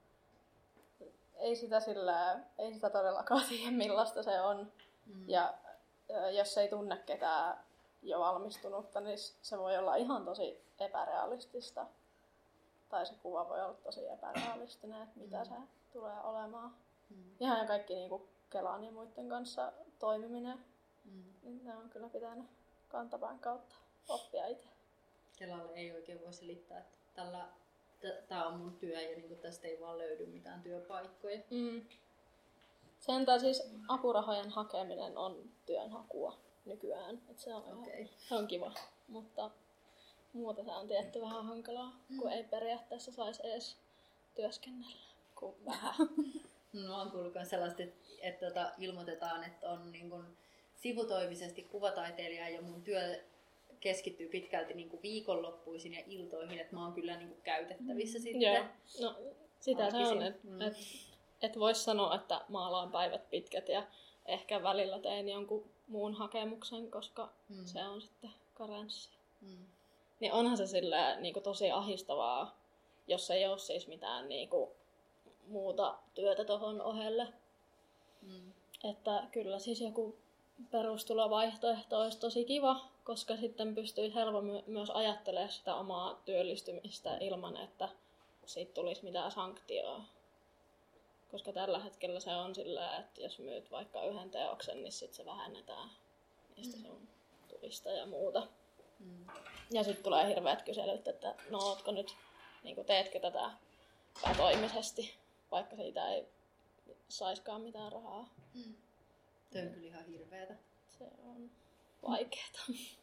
[SPEAKER 3] ei sitä todellakaan tiedä, millaista se on. Ja jos ei tunne ketään jo valmistunutta, niin se voi olla ihan tosi epärealistista. Tai se kuva voi olla tosi epärealistinen, että mitä se tulee olemaan. Ihan kaikki niinku Kelan ja muiden kanssa toimiminen, niin ne on kyllä pitänyt kantapään kautta oppia itse.
[SPEAKER 1] Kelalle ei oikein voi selittää, että tää on mun työ ja niin tästä ei vaan löydy mitään työpaikkoja.
[SPEAKER 3] Sentään siis apurahojen hakeminen on työnhakua nykyään. Et se on, se on kiva, mutta muuta se on tietty vähän hankalaa, kun ei periaatteessa saisi edes työskennellä kuin vähän.
[SPEAKER 1] No on kuullut myös sellaista, että ilmoitetaan, että on niin kuin sivutoimisesti kuvataiteilija ja mun työ keskittyy pitkälti niin kuin viikonloppuisin ja iltoihin, että mä oon kyllä niin kuin käytettävissä sitten.
[SPEAKER 3] Joo, no sitä arkisin. Se on, että et vois sanoa, että maalaan päivät pitkät ja ehkä välillä teen jonkun muun hakemuksen, koska se on sitten karenssi. Niin onhan se silleen, niin kuin tosi ahdistavaa, jos ei ole siis mitään niin kuin muuta työtä tohon ohelle. Että kyllä siis joku perustulovaihtoehto olisi tosi kiva, koska sitten pystyisi helpommin myös ajattelemaan sitä omaa työllistymistä ilman, että siitä tulisi mitään sanktioa. Koska tällä hetkellä se on sillä, että jos myyt vaikka yhden teoksen, niin sitten se vähennetään niistä sun tulista ja muuta. Ja sitten tulee hirveät kyselyt, että no ootko nyt, niin teetkö tätä päätoimisesti, vaikka siitä ei saiskaan mitään rahaa.
[SPEAKER 1] Se on kyllä ihan hirveetä.
[SPEAKER 3] Se on vaikeeta.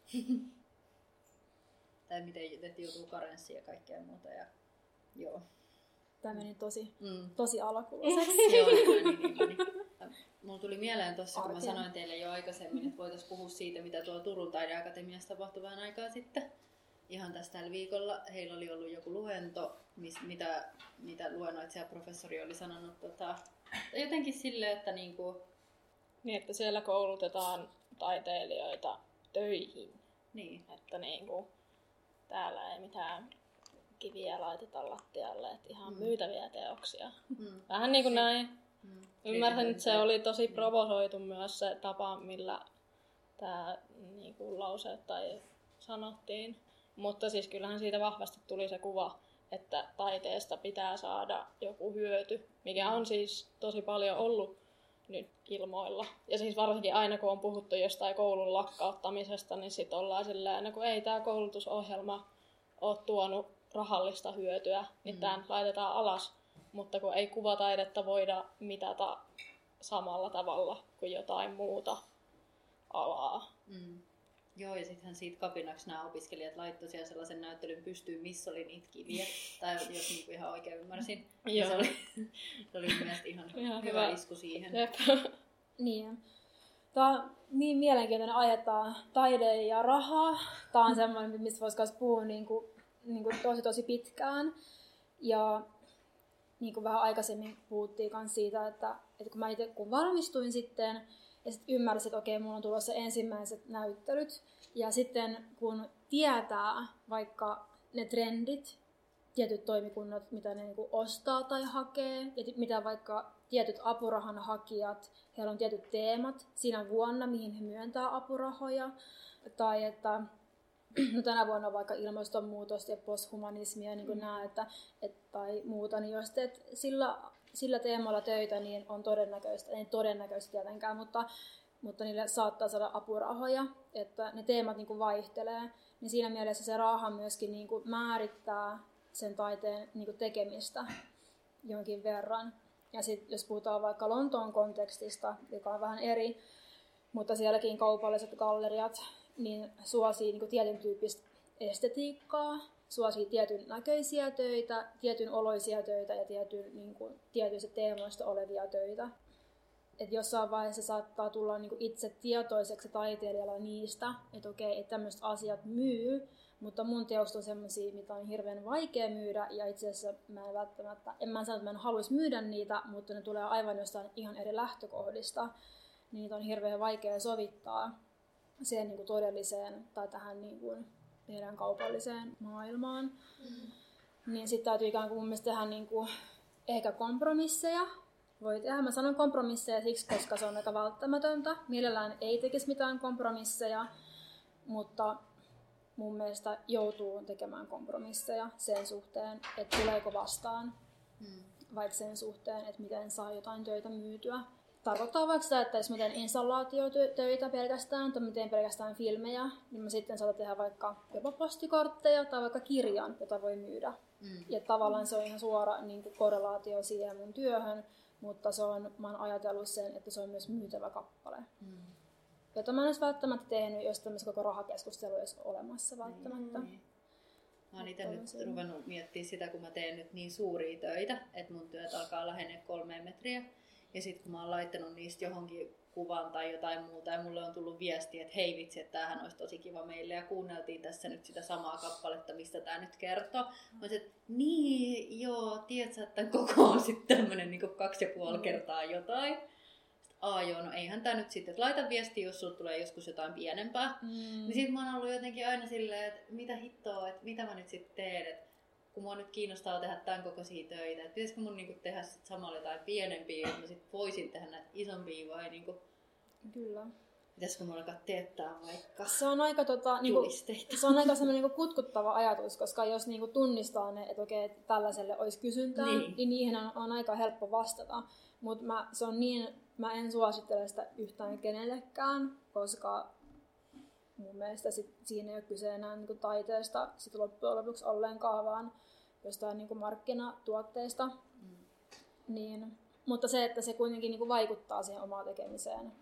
[SPEAKER 1] Tai miten joutuu karenssiin ja kaikkea muuta. Ja joo.
[SPEAKER 2] Tämä meni tosi alakuloiseksi.
[SPEAKER 1] Joo, niin. Mulla tuli mieleen tuossa, kun mä sanoin teille jo aikaisemmin, että voitaisiin puhua siitä, mitä tuolla Turun taideakatemiassa tapahtui vähän aikaa sitten. Ihan tässä tällä viikolla. Heillä oli ollut joku luento, mitä luennoitsija professori oli sanonut. Jotenkin silleen, että niinku...
[SPEAKER 3] Niin, että siellä koulutetaan taiteilijoita töihin.
[SPEAKER 1] Niin.
[SPEAKER 3] Että niinku, täällä ei mitään kiviä laiteta lattialle, että ihan myytäviä teoksia. Vähän niin kuin näin. Ymmärrän, että se oli tosi provosoitu myös se tapa, millä tämä niinku lause tai sanottiin. Mutta siis kyllähän siitä vahvasti tuli se kuva, että taiteesta pitää saada joku hyöty, mikä on siis tosi paljon ollut nyt ilmoilla. Ja siis varsinkin aina kun on puhuttu jostain koulun lakkauttamisesta, niin sit ollaan silleen, kun ei tämä koulutusohjelma ole tuonut rahallista hyötyä, niin tämän laitetaan alas. Mutta kun ei kuvataidetta voida mitata samalla tavalla kuin jotain muuta alaa.
[SPEAKER 1] Joo, ja sittenhän siitä kapinaksi nämä opiskelijat laittoi siellä sellaisen näyttelyn pystyyn, missä oli niitä kiviä. Tai jos niinku ihan oikein ymmärsin. Se oli mielestäni ihan hyvä isku siihen.
[SPEAKER 2] Niin. Tämä on niin mielenkiintoinen aihe, taide ja raha. Tämä on semmoinen, mistä voisi myös puhua tosi pitkään. Ja niin kuin vähän aikaisemmin puhuttiin myös siitä, että kun mä itse kun valmistuin sitten, ja sitten ymmärsin, että okei, mulla on tulossa ensimmäiset näyttelyt. Ja sitten kun tietää vaikka ne trendit, tietyt toimikunnat, mitä ne niinku ostaa tai hakee, ja mitä vaikka tietyt apurahan hakijat, heillä on tietyt teemat siinä vuonna, mihin he myöntää apurahoja. Tai että no tänä vuonna on vaikka ilmastonmuutosta ja posthumanismia, niin kuin tai muuta, niin jos teet sillä teemalla töitä, niin on todennäköistä, ei todennäköistä tietenkään, mutta niille saattaa saada apurahoja, että ne teemat niin kuin vaihtelee. Niin siinä mielessä se raha myöskin niin kuin määrittää sen taiteen niin kuin tekemistä jonkin verran. Ja sitten jos puhutaan vaikka Lontoon kontekstista, joka on vähän eri, mutta sielläkin kaupalliset galleriat niin suosii niin kuin tietyn tyyppistä estetiikkaa, suosii tietyn näköisiä töitä, tietyn oloisia töitä ja tietyistä teemoista olevia töitä. Et jossain vaiheessa saattaa tulla niinku itse tietoiseksi taiteilijalla niistä, että okei, että tämmöiset asiat myy, mutta mun teokset on semmoisia, mitä on hirveän vaikea myydä, ja itse asiassa en mä sano, että mä en haluaisi myydä niitä, mutta ne tulee aivan jostain ihan eri lähtökohdista, niin niitä on hirveän vaikea sovittaa siihen niinku todelliseen tai tähän niinku meidän kaupalliseen maailmaan. Niin sitten täytyy ikään kuin mun mielestä tehdä niinku ehkä kompromisseja. Mä sanon kompromisseja siksi, koska se on aika välttämätöntä. Mielellään ei tekisi mitään kompromisseja, mutta mun mielestä joutuu tekemään kompromisseja sen suhteen, että tuleeko vastaan, vaikka sen suhteen, että miten saa jotain töitä myytyä. tarkoittaa vaikka sitä, että jos mä teen installaatiotöitä pelkästään tai mä teen pelkästään filmejä, niin mä sitten saatan tehdä vaikka jopa postikortteja tai vaikka kirjan, jota voi myydä. Ja tavallaan se on ihan suora niin kuin korrelaatio siihen mun työhön, mutta mä oon ajatellut sen, että se on myös myytävä kappale. Jota mä en olisi välttämättä tehnyt, jos tämmöistä koko rahakeskustelu olisi olemassa välttämättä.
[SPEAKER 1] Mä oon itse nyt ruvennut miettimään sitä, kun mä teen nyt niin suuria töitä, että mun työt alkaa lähenee 3 metriä. Ja sitten kun mä oon laittanut niistä johonkin kuvan tai jotain muuta ja mulle on tullut viesti, että hei vitsi, että tämähän olisi tosi kiva meille ja kuunneltiin tässä nyt sitä samaa kappaletta, mistä tää nyt kertoo. Mä olisin, että niin, joo, tiedätkö, että koko on sitten tämmönen niin 2,5 kertaa jotain. Joo, no eihän tää nyt sitten, että laita viestiä, jos sulla tulee joskus jotain pienempää. Niin sit mä oon ollut jotenkin aina silleen, että mitä hittoa, että mitä mä nyt sitten teen, että kun mua nyt kiinnostaa tehdä tämän kokoisia töitä, että pitäisikö mun niinku tehdä sit samalla jotain pienempiä, että mä sit voisin tehdä näitä isompia vai niinku...
[SPEAKER 2] Kyllä.
[SPEAKER 1] Pitäisikö mulla alkaa teettää vaikka
[SPEAKER 2] se on aika, se on aika semmoinen niinku kutkuttava ajatus, koska jos niinku tunnistaa ne, että okei, että tällaiselle olisi kysyntää, niin niihin on aika helppo vastata. Mutta mä en suosittele sitä yhtään kenellekään, koska mun mielestä siinä ei ole kyse enää niinku taiteesta sit loppujen lopuksi ollenkaan, vaan jostain niinku markkinatuotteista. Niin, mutta se, että se kuitenkin niinku vaikuttaa siihen omaan tekemiseen,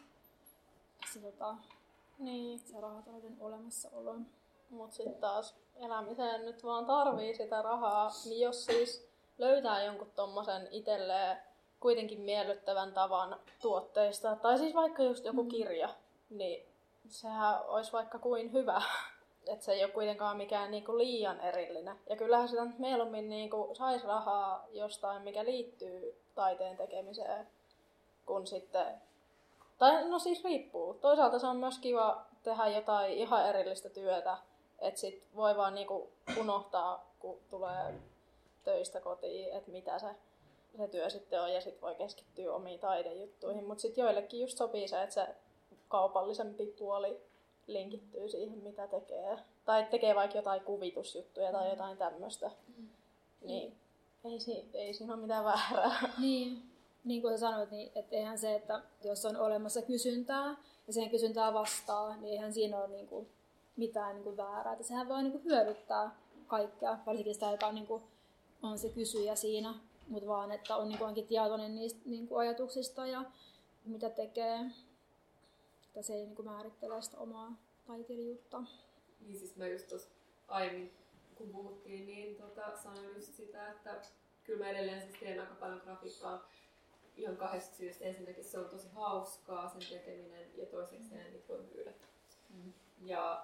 [SPEAKER 2] se rahatalouden olemassaoloon.
[SPEAKER 3] Mut sitten taas elämiseen nyt vaan tarvii sitä rahaa, niin jos siis löytää jonkun tommosen itselleen kuitenkin miellyttävän tavan tuotteista, tai siis vaikka just joku kirja, niin sehän olisi vaikka kuin hyvä. Että se ei ole kuitenkaan mikään niinku liian erillinen. Ja kyllähän sitä nyt mieluummin niinku saisi rahaa jostain, mikä liittyy taiteen tekemiseen, kun sitten... Tai no siis riippuu. Toisaalta se on myös kiva tehdä jotain ihan erillistä työtä, että sit voi vaan niinku unohtaa, kun tulee töistä kotiin, että mitä se työ sitten on, ja sit voi keskittyä omiin taidejuttuihin. Mutta sitten joillekin just sopii se, että se kaupallisempi puoli linkittyy siihen, mitä tekee. Tai tekee vaikka jotain kuvitusjuttuja tai jotain tämmöistä. Niin ei siinä ole mitään väärää.
[SPEAKER 2] Niin kuin sä sanoit, niin että eihän se, että jos on olemassa kysyntää ja sen kysyntää vastaa, niin eihän siinä ole niinku mitään niinku väärää. Että sehän voi niinku hyödyttää kaikkea, varsinkin sitä, joka on se kysyjä siinä, mutta vaan, että on niinku ainakin tietoinen niistä niinku ajatuksista ja mitä tekee. Että se ei niinku määrittele sitä omaa taiteilijuutta.
[SPEAKER 4] Niin siis mä just tuossa aiemmin, kun puhuttiin, niin sanoin just sitä, että kyllä mä edelleen siis teen aika paljon grafiikkaa ihan 2 syystä. Ensinnäkin se on tosi hauskaa sen tekeminen ja toisekseen niitä voi myydä. Ja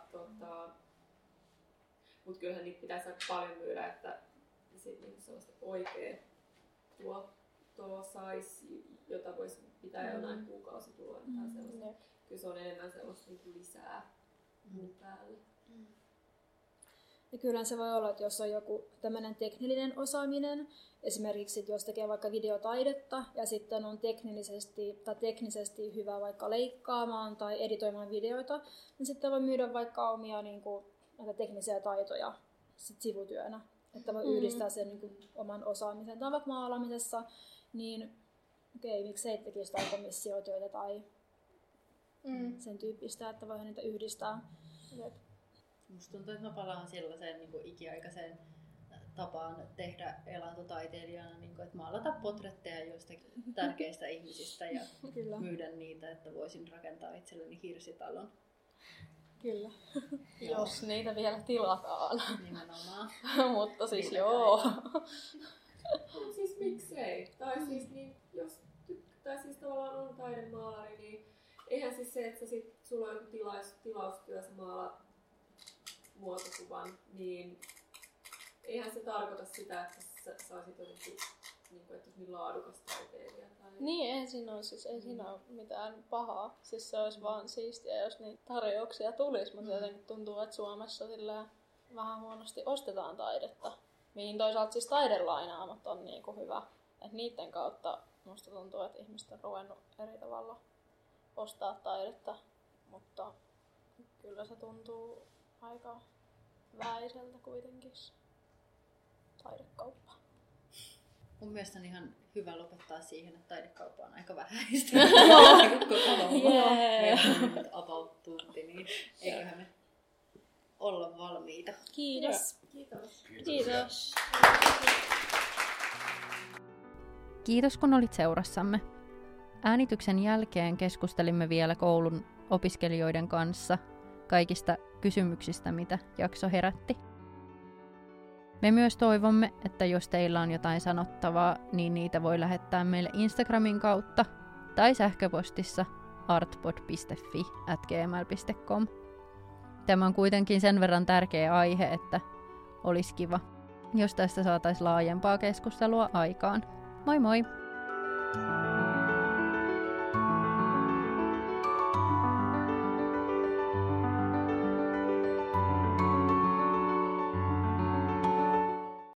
[SPEAKER 4] mut kyllähän niitä pitäisi aika paljon myydä, että sit niinku sellaista oikea tuottoa saisi, jota voisi pitää jonain kuukausituloina tai sellaista. Kyllä se on enemmän sellaista niinku lisää päälle.
[SPEAKER 2] Ja kyllä se voi olla, että jos on joku tämmöinen teknillinen osaaminen, esimerkiksi jos tekee vaikka videotaidetta ja sitten on teknisesti hyvä vaikka leikkaamaan tai editoimaan videoita, niin sitten voi myydä vaikka omia näitä teknisiä taitoja sit sivutyönä. Että voi yhdistää sen oman osaamisen. Tai vaikka maalaamisessa, niin miksei tekisi jotain komissiotyötä tai sen tyyppistä, että voi niitä yhdistää.
[SPEAKER 1] Musta tuntuu, että mä palaan sellaiseen ikiaikaiseen tapaan tehdä elantotaiteilijana, että maalata portretteja joistakin tärkeistä ihmisistä ja myydä niitä, että voisin rakentaa itselleni hirsitalon.
[SPEAKER 2] Kyllä.
[SPEAKER 3] Jos niitä vielä tilataan.
[SPEAKER 1] Nimenomaan.
[SPEAKER 3] Mutta siis joo.
[SPEAKER 4] Siis miksei? Tai siis tai siis tavallaan on taidemaalari, niin eihän siis se, että sulla on joku tilaustyö, sä maalaat muotokuvan, niin eihän se tarkoita sitä, että sä saisit jotenkin, että olisi niin laadukas taiteilija. Tai...
[SPEAKER 3] Niin, ei siinä ole mitään pahaa. Siis se olisi vaan siistiä, jos niitä tarjouksia tulisi, mutta jotenkin tuntuu, että Suomessa sillä vähän huonosti ostetaan taidetta. Mihin toisaalta siis taidelainaamat on hyvä. Että niiden kautta musta tuntuu, että ihmiset on ruvennut eri tavalla ostaa taidetta, mutta kyllä se tuntuu aika väiseltä kuitenkin taidekauppa.
[SPEAKER 1] Mun mielestä on ihan hyvä lopettaa siihen, että taidekauppa on aika vähäistä. Meillä on nyt about tunti, niin eiköhän me olla valmiita.
[SPEAKER 2] Kiitos.
[SPEAKER 3] Kiitos.
[SPEAKER 5] Kiitos kun olit seurassamme. Äänityksen jälkeen keskustelimme vielä koulun opiskelijoiden kanssa kaikista kysymyksistä, mitä jakso herätti. Me myös toivomme, että jos teillä on jotain sanottavaa, niin niitä voi lähettää meille Instagramin kautta tai sähköpostissa artpod.fi@gmail.com. Tämä on kuitenkin sen verran tärkeä aihe, että olisi kiva, jos tästä saataisiin laajempaa keskustelua aikaan. Moi moi!